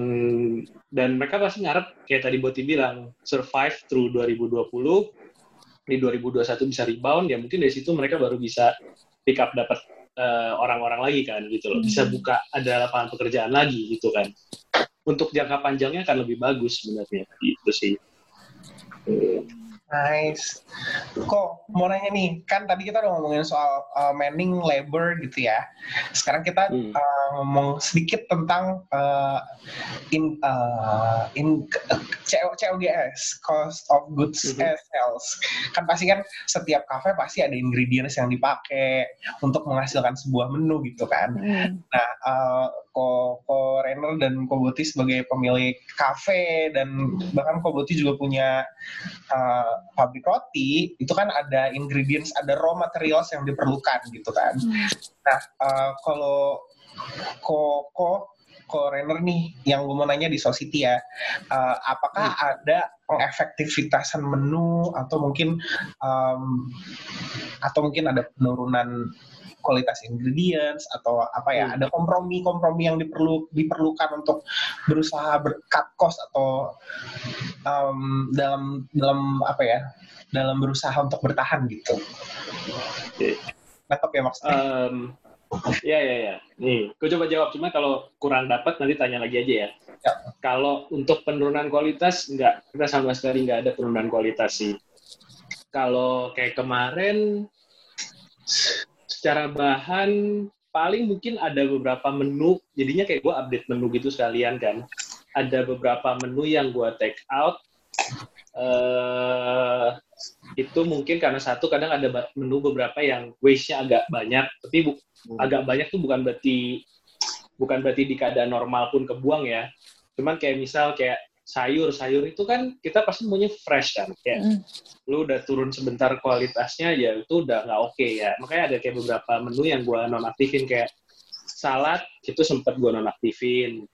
dan mereka pasti ngarep, kayak tadi Boti bilang, survive through dua ribu dua puluh, di dua ribu dua puluh satu bisa rebound, ya mungkin dari situ mereka baru bisa pick up dapat uh, orang-orang lagi kan gitu loh, bisa buka ada lapangan pekerjaan lagi gitu kan. Untuk jangka panjangnya akan lebih bagus sebenarnya gitu sih. Nice. Kok mau nanya nih, kan tadi kita udah ngomongin soal uh, manning labor gitu ya. Sekarang kita hmm. uh, ngomong sedikit tentang uh, in uh, in uh, C O G S, cost of goods mm-hmm. and sales. Kan pasti kan setiap kafe pasti ada ingredients yang dipakai untuk menghasilkan sebuah menu gitu kan. Hmm. Nah, uh, Ko Ko Renner dan Ko Boti sebagai pemilik kafe dan bahkan Ko Boti juga punya uh, pabrik roti, itu kan ada ingredients, ada raw materials yang diperlukan gitu kan. Hmm. Nah, uh, kalau Ko Ko Ko Renner nih, yang gue mau nanya di Society ya, uh, apakah hmm. ada pengefektivitasan menu atau mungkin um, atau mungkin ada penurunan kualitas ingredients atau apa ya, hmm. ada kompromi-kompromi yang diperlu diperlukan untuk berusaha ber-cut cost atau um, dalam dalam apa ya, dalam berusaha untuk bertahan gitu. Okay. Nangkep ya maksudnya? Um, Iya, iya, iya. Nih, gue coba jawab. Cuma kalau kurang dapat, nanti tanya lagi aja ya. Ya. Kalau untuk penurunan kualitas, enggak. Kita sama sekali nggak ada penurunan kualitas sih. Kalau kayak kemarin, secara bahan, paling mungkin ada beberapa menu. Jadinya kayak gue update menu gitu sekalian kan. Ada beberapa menu yang gue take out. Uh, itu mungkin karena satu, kadang ada menu beberapa yang waste-nya agak banyak. Tapi bu- agak banyak tuh bukan berarti bukan berarti di keadaan normal pun kebuang ya. Cuman kayak misal kayak sayur, sayur itu kan kita pasti maunya fresh kan. Kayak Mm. lu udah turun sebentar kualitasnya ya itu udah nggak oke okay, ya. Makanya ada kayak beberapa menu yang gue nonaktifin, kayak salad itu sempat gue nonaktifin.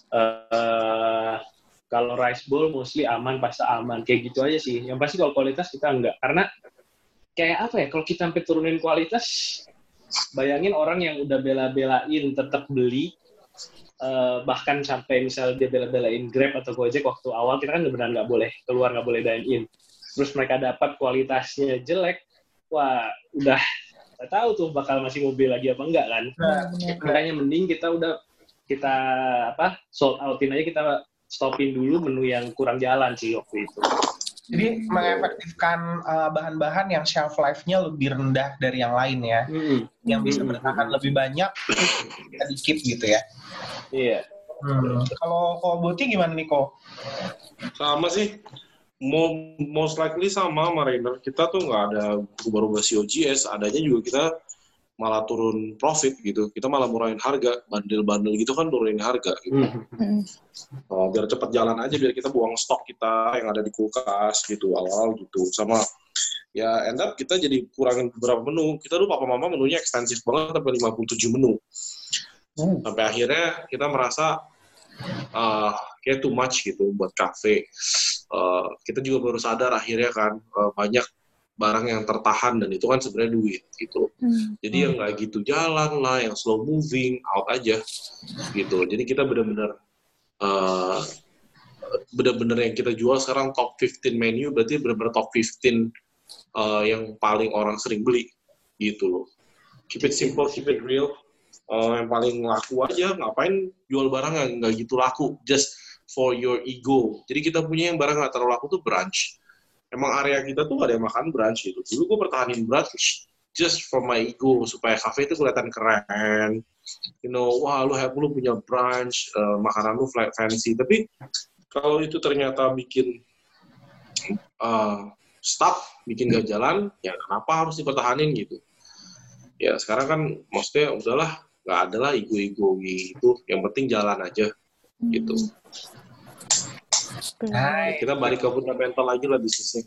Uh, kalau rice bowl mostly aman, pasta aman, kayak gitu aja sih. Yang pasti kalau kualitas kita enggak, karena kayak apa ya, kalau kita sampai turunin kualitas, bayangin orang yang udah bela-belain tetap beli, uh, bahkan sampai misal dia bela-belain Grab atau Gojek waktu awal, kita kan benar-benar nggak boleh keluar, nggak boleh dine in. Terus mereka dapat kualitasnya jelek, wah udah nggak tahu tuh bakal masih mau beli lagi apa enggak kan. Nah, Makanya mending kita udah kita apa sold outin aja, kita stopin dulu menu yang kurang jalan sih waktu itu. Jadi mengefektifkan uh, bahan-bahan yang shelf life-nya lebih rendah dari yang lain ya. Mm-hmm. Yang bisa bertahan lebih banyak, kita di-keep gitu ya. Iya. Hmm. Kalau Ko Boti gimana nih, Ko? Sama sih. Mo- most likely sama sama Rainer. Kita tuh nggak ada berubah-ubah C O G S. Adanya juga kita malah turun profit gitu. Kita malah murahin harga. Bandel-bandel gitu kan turunin harga gitu. Mm. Uh, biar cepat jalan aja, biar kita buang stok kita yang ada di kulkas gitu, awal gitu. Sama ya end up kita jadi kurangin beberapa menu. Kita dulu papa mama menunya ekstensif banget, sampai lima puluh tujuh menu. Hmm. Sampai akhirnya kita merasa uh, kayak too much gitu buat kafe. Uh, kita juga baru sadar akhirnya kan uh, banyak barang yang tertahan, dan itu kan sebenarnya duit gitu. Hmm. Jadi yang nggak gitu jalan lah, yang slow moving out aja gitu. Jadi kita benar-benar uh, benar-benar yang kita jual sekarang top fifteen menu, berarti benar-benar top fifteen uh, yang paling orang sering beli gitu loh. Keep it simple, keep it real. Uh, yang paling laku aja, ngapain jual barang yang nggak gitu laku just for your ego. Jadi kita punya yang barang nggak terlalu laku tuh brunch. Emang area kita tuh gak ada yang makan brunch gitu. Dulu gue pertahanin brunch just for my ego, supaya kafe itu kelihatan keren. You know, wah lu, lu punya brunch, uh, makanan lu fancy. Tapi kalau itu ternyata bikin uh, stuck, bikin gak jalan, ya kenapa harus dipertahanin gitu. Ya sekarang kan maksudnya udahlah, gak ada lah ego-ego gitu. Yang penting jalan aja gitu. Hai. Kita balik ke fundamental lagi lah bisnisnya.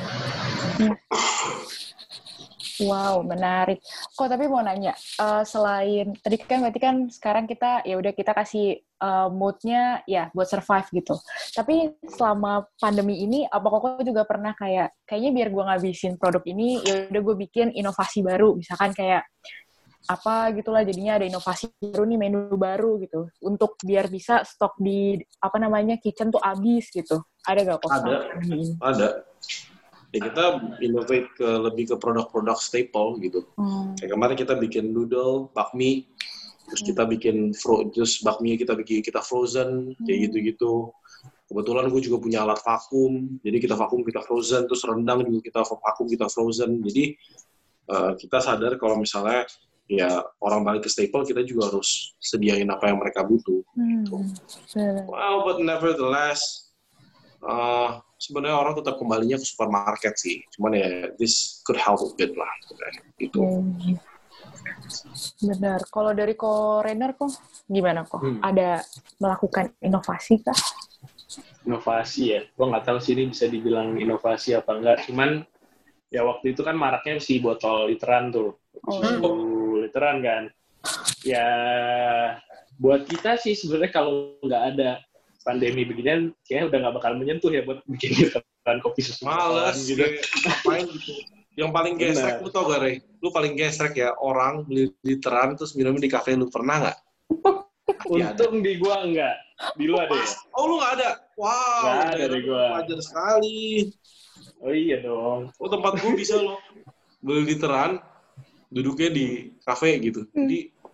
Wow, menarik. Kok tapi mau nanya, uh, selain tadi kan berarti kan sekarang kita ya udah kita kasih uh, mood-nya ya buat survive gitu. Tapi selama pandemi ini, apa kok juga pernah kayak kayaknya biar gue ngabisin produk ini, ya udah gue bikin inovasi baru, misalkan kayak apa gitulah, jadinya ada inovasi baru nih, menu baru gitu, untuk biar bisa stok di apa namanya kitchen tuh habis gitu. Ada gak kok? Ada, ada. Ya kita innovate ke lebih ke produk-produk staple gitu. Hmm. Kayak kemarin kita bikin noodle, bakmi, terus kita bikin fro, terus bakmi kita bikin kita frozen, kayak hmm. gitu-gitu. Kebetulan gue juga punya alat vakum, jadi kita vakum kita frozen, terus rendang juga kita vakum kita frozen. Jadi uh, kita sadar kalau misalnya ya orang balik ke staple, kita juga harus sediain apa yang mereka butuh. Hmm. Gitu. Well, but nevertheless, uh, sebenarnya orang tetap kembalinya ke supermarket sih. Cuman ya, this could help a bit lah. Gitu. Hmm. Benar. Kalau dari Ko Rainer kok gimana kok? Hmm. Ada melakukan inovasi kah? Inovasi ya? Gue nggak tahu sih ini bisa dibilang inovasi apa enggak. Cuman ya waktu itu kan maraknya si botol literan tuh. Oh. Literan kan, ya buat kita sih sebenarnya kalau nggak ada pandemi beginian, kayaknya udah nggak bakal menyentuh ya buat bikin literan kopi susu. Males gitu, ngapain gitu. Yang paling gesrek, lu tau gak, Rey? Lu paling gesrek ya, orang beli literan terus minumnya di kafe, lu pernah nggak? Untung di gua enggak, di lu ada ya? Oh, lu nggak ada? Wow, nggak ada di gua. Wajar sekali. Oh iya dong. Oh, tempat gua bisa loh beli literan, duduknya di kafe gitu. Jadi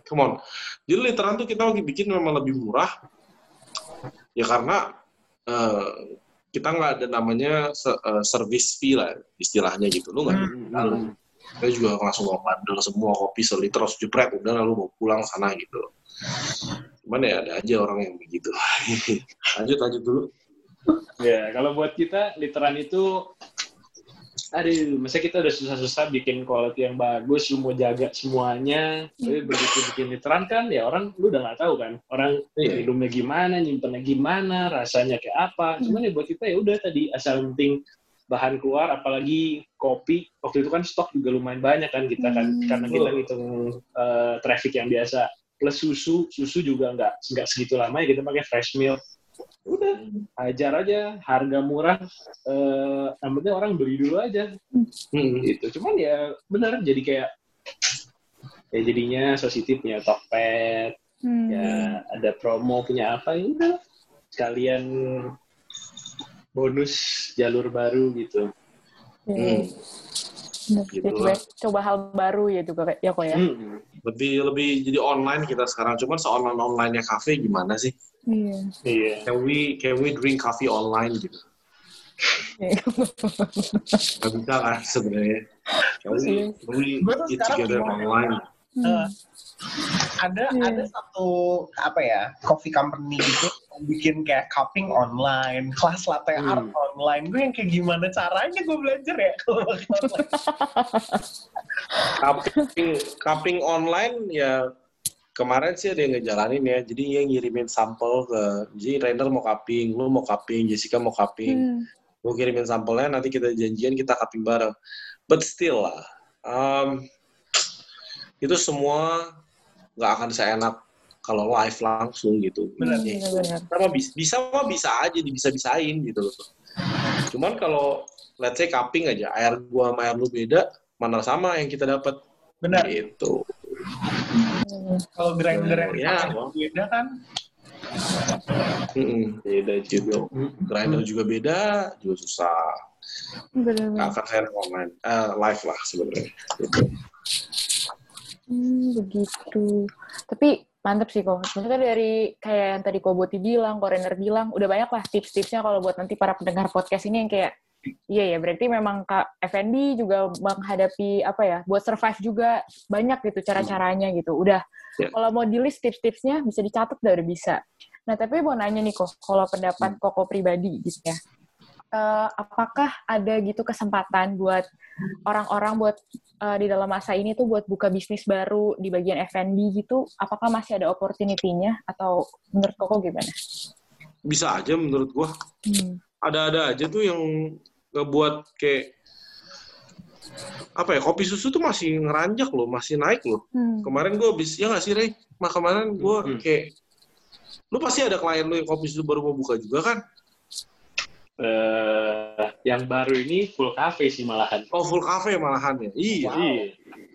come on. Jadi literan tuh kita lagi bikin memang lebih murah. Ya karena uh, kita nggak ada namanya uh, service fee lah istilahnya gitu. Lu nggak hmm. Kita juga langsung mau bundle semua kopi seliter terus jepret udah lalu mau pulang sana gitu. Cuman ya ada aja orang yang begitu. lanjut lanjut dulu. Ya kalau buat kita literan itu aduh, masa kita udah susah-susah bikin quality yang bagus, lu mau jaga semuanya, tapi begitu bikin literan kan, ya orang, lu udah nggak tahu kan, orang minumnya gimana, nyimpennya gimana, rasanya kayak apa, cuman ya buat kita ya udah tadi, asal penting bahan keluar, apalagi kopi, waktu itu kan stok juga lumayan banyak kan kita kan, karena kita ngitung uh, traffic yang biasa, plus susu, susu juga nggak nggak segitu lama ya, kita pakai fresh milk. Udah, ajar aja, harga murah, eh, yang penting orang beli dulu aja. Hmm, gitu. Cuman ya benar jadi kayak, ya jadinya Society punya Tokped, hmm. ya ada promo punya apa, ya udah sekalian bonus jalur baru gitu. Hmm. Hmm. Gitu coba, coba hal baru ya juga ya kok ya. Hmm. Lebih lebih jadi online kita sekarang, cuman se-online online-nya kafe gimana sih? Iya. Yeah. Can we can we drink coffee online gitu? Gak bisa kan sebenarnya. Can we, can we eat together online? Uh, ada yeah. ada satu apa ya coffee company gitu yang bikin kayak cupping online, kelas latte hmm. art online. Gue yang kayak gimana caranya gue belajar ya kalau online. cupping cupping online ya. Kemarin sih ada yang ngejalanin ya, jadi yang ngirimin sampel ke, jadi Rainer mau cupping, lu mau cupping, Jessica mau cupping, hmm. gue kirimin sampelnya, nanti kita janjian kita cupping bareng. But still lah, um, itu semua nggak akan seenak kalau live langsung gitu. Benar sih. Sama bisa, bisa mah bisa aja, bisa-bisain gitu loh. Cuman kalau let's say cupping aja, air gua sama air lu beda, mana sama yang kita dapat. Benar. Gitu. Kalau grinder yang ya, beda kan? Mm-mm. Beda juga. Grinder juga beda, juga susah. Benar. Nggak akan saya online, uh, live lah sebenarnya. Gitu. Hmm, begitu. Tapi mantep sih kok. Maksudnya dari kayak yang tadi Ko Boti bilang, Ko Rainer bilang, udah banyak lah tips-tipsnya kalau buat nanti para pendengar podcast ini yang kayak iya ya, berarti memang Kak F and B juga menghadapi apa ya, buat survive juga banyak gitu cara-caranya gitu. Udah, yeah. Kalau mau di-list tips-tipsnya bisa dicatat udah bisa. Nah, tapi mau nanya nih kok, kalau pendapat Koko pribadi gitu ya, uh, apakah ada gitu kesempatan buat orang-orang buat uh, di dalam masa ini tuh buat buka bisnis baru di bagian F and B gitu, apakah masih ada opportunity-nya atau menurut Koko gimana? Bisa aja menurut gua. Hmm. Ada-ada aja tuh yang ngebuat kayak apa ya, kopi susu tuh masih ngeranjak loh, masih naik loh. Hmm. Kemarin gue habis, ya nggak sih Rey? Nah, kemarin gue hmm. kayak, lu pasti ada klien lu yang kopi susu baru mau buka juga kan? Uh, yang baru ini full cafe sih malahan. Oh, full cafe malahan ya? Iya. Wow. Iya.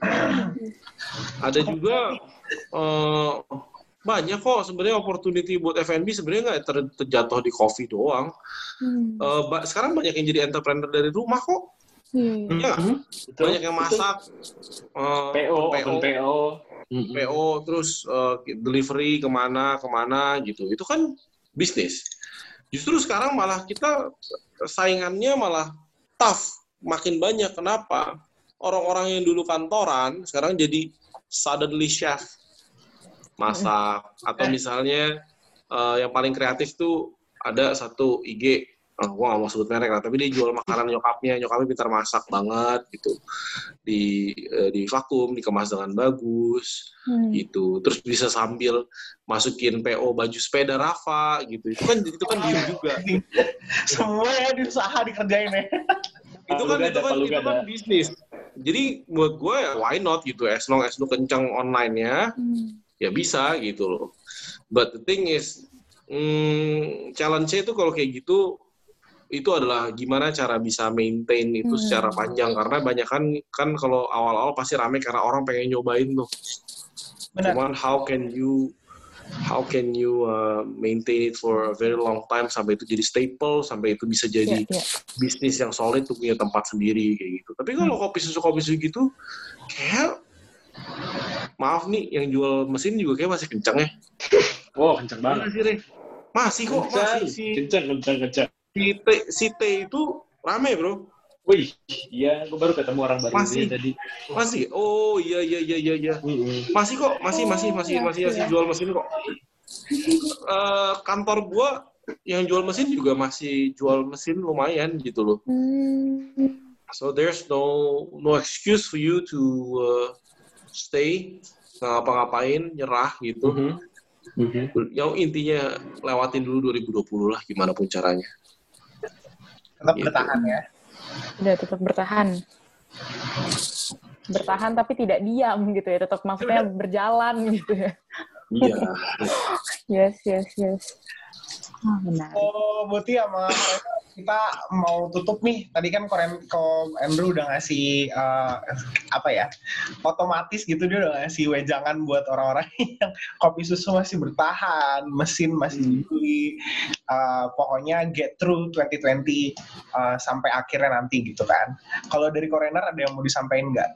Ada juga uh, banyak kok sebenarnya opportunity buat F and B sebenarnya nggak ter- terjatuh di kopi doang. Hmm. Uh, ba- sekarang banyak yang jadi entrepreneur dari rumah kok. Hmm. Ya, hmm. Banyak yang masak. Uh, P O, P O, P O, P O terus uh, delivery kemana kemana gitu. Itu kan bisnis. Justru sekarang malah kita saingannya malah tough, makin banyak. Kenapa? Orang-orang yang dulu kantoran sekarang jadi suddenly chef. Masak, atau misalnya uh, yang paling kreatif tuh ada satu I G, uh, gua nggak mau sebut merek lah, tapi dia jual makanan nyokapnya, nyokapnya pintar masak banget gitu, di uh, di vakum, dikemas dengan bagus, hmm. gitu, terus bisa sambil masukin P O baju sepeda Rafa gitu, itu kan itu kan deal juga. Semua ya di usaha dikerjain ya. itu kan itu kan itu kan bisnis. Jadi buat gue ya why not gitu, as long as lu kencang online-nya. Hmm. Ya bisa gitu loh. But the thing is, hmm, challenge-nya itu kalau kayak gitu, itu adalah gimana cara bisa maintain itu hmm. secara panjang. Karena banyak kan, kan kalau awal-awal pasti rame karena orang pengen nyobain tuh. Benar. Cuman how can you, how can you uh, maintain it for a very long time sampai itu jadi staple, sampai itu bisa jadi yeah, yeah. bisnis yang solid tuh punya tempat sendiri kayak gitu. Tapi kalau kopi susu kopi susu gitu, kayak maaf nih, yang jual mesin juga kayak masih kencang ya. Oh, kencang banget. Masih, Re. Masih kok, masih. Si, Kencang, kencang, kencang. si, T, si T itu rame, bro. Wih, iya, gue baru ketemu orang baru Masih. dia tadi. Masih? Oh, iya, iya, iya, iya. iya. Mm-hmm. Masih kok, masih, masih, masih, masih, masih jual mesin kok. Uh, kantor gua yang jual mesin juga masih jual mesin lumayan gitu loh. Hmm. So there's no no excuse for you to uh, stay, nggak ngapa-ngapain, nyerah gitu. Mm-hmm. Mm-hmm. Yang intinya lewatin dulu dua ribu dua puluh lah, gimana pun caranya. Tetap Gitu. bertahan ya. Udah tetap bertahan. Bertahan tapi tidak diam gitu ya, tetap maksudnya berjalan gitu ya. Iya. Yes, yes, yes. Oh, benar. Oh, Boti sama kita mau tutup nih. Tadi kan Koren, ko Andrew udah ngasih uh, apa ya? Otomatis gitu dia udah ngasih wejangan buat orang-orang yang kopi susu masih bertahan, mesin masih dibeli. Uh, pokoknya get through twenty twenty uh, sampai akhirnya nanti gitu kan. Kalau dari Korener ada yang mau disampaikan nggak?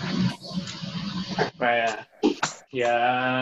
Kayak ya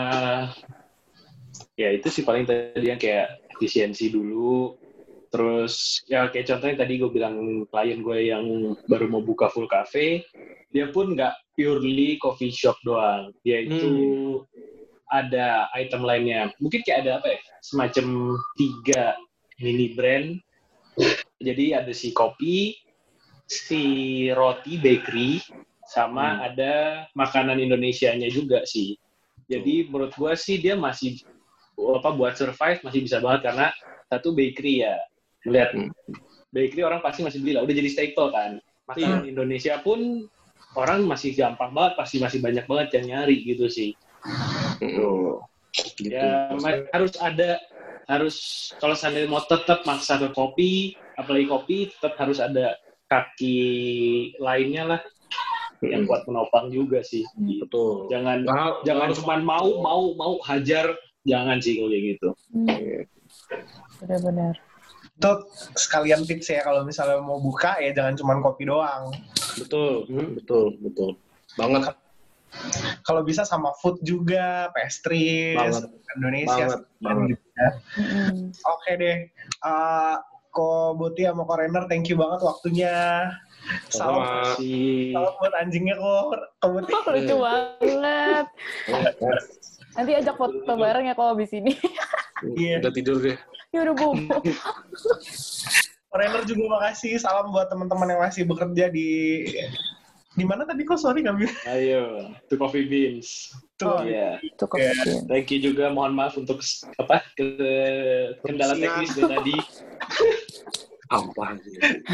ya itu sih paling tadi yang kayak efisiensi dulu, terus ya kayak contohnya tadi gue bilang klien gue yang baru mau buka full cafe, dia pun nggak purely coffee shop doang, dia itu hmm. ada item lainnya, mungkin kayak ada apa ya, semacam tiga mini brand, jadi ada si kopi, si roti bakery, sama hmm. ada makanan Indonesianya juga sih. Jadi menurut gue sih dia masih apa buat survive masih bisa banget karena satu bakery ya. Lihat hmm. bakery orang pasti masih beli lah, udah jadi staple kan. Makanan hmm. Indonesia pun orang masih gampang banget, pasti masih banyak banget yang nyari gitu sih. Hmm. Gitu. Ya harus ada harus kalau seandainya mau tetap maksa ke kopi, apalagi kopi tetap harus ada kaki lainnya lah. Yang kuat menopang juga sih. Betul. Jangan nah, jangan cuma mau mau mau hajar, jangan sih kalau kayak gitu. Hmm. Benar-benar. Itu sekalian tips ya kalau misalnya mau buka ya jangan cuma kopi doang. Betul, hmm, betul, betul. Banget. Kalau bisa sama food juga, pastries, Indonesia. Banget, banget. Hmm. Oke deh. Uh, Ko Boti sama Ko Renner, thank you banget waktunya. Salam, salam buat anjingnya kok, Ko Boti. Oh, lucu banget. Nanti ajak foto bareng ya kalau abis ini. Iya. Udah tidur deh. Ya udah bobo. Ko Renner juga makasih. Salam buat teman-teman yang masih bekerja di di mana tadi kok? Sorry nggak bisa. Ayo, to Coffee Beans. Tuh, ya. Itu Coffee Beans. Thank you juga, mohon maaf untuk apa ke kendala teknis dari tadi. Apa sih?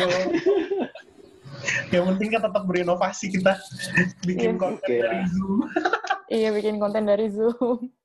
Yang penting kan tetap berinovasi kita bikin Iya. konten Okay dari lah. Zoom. Iya, bikin konten dari Zoom.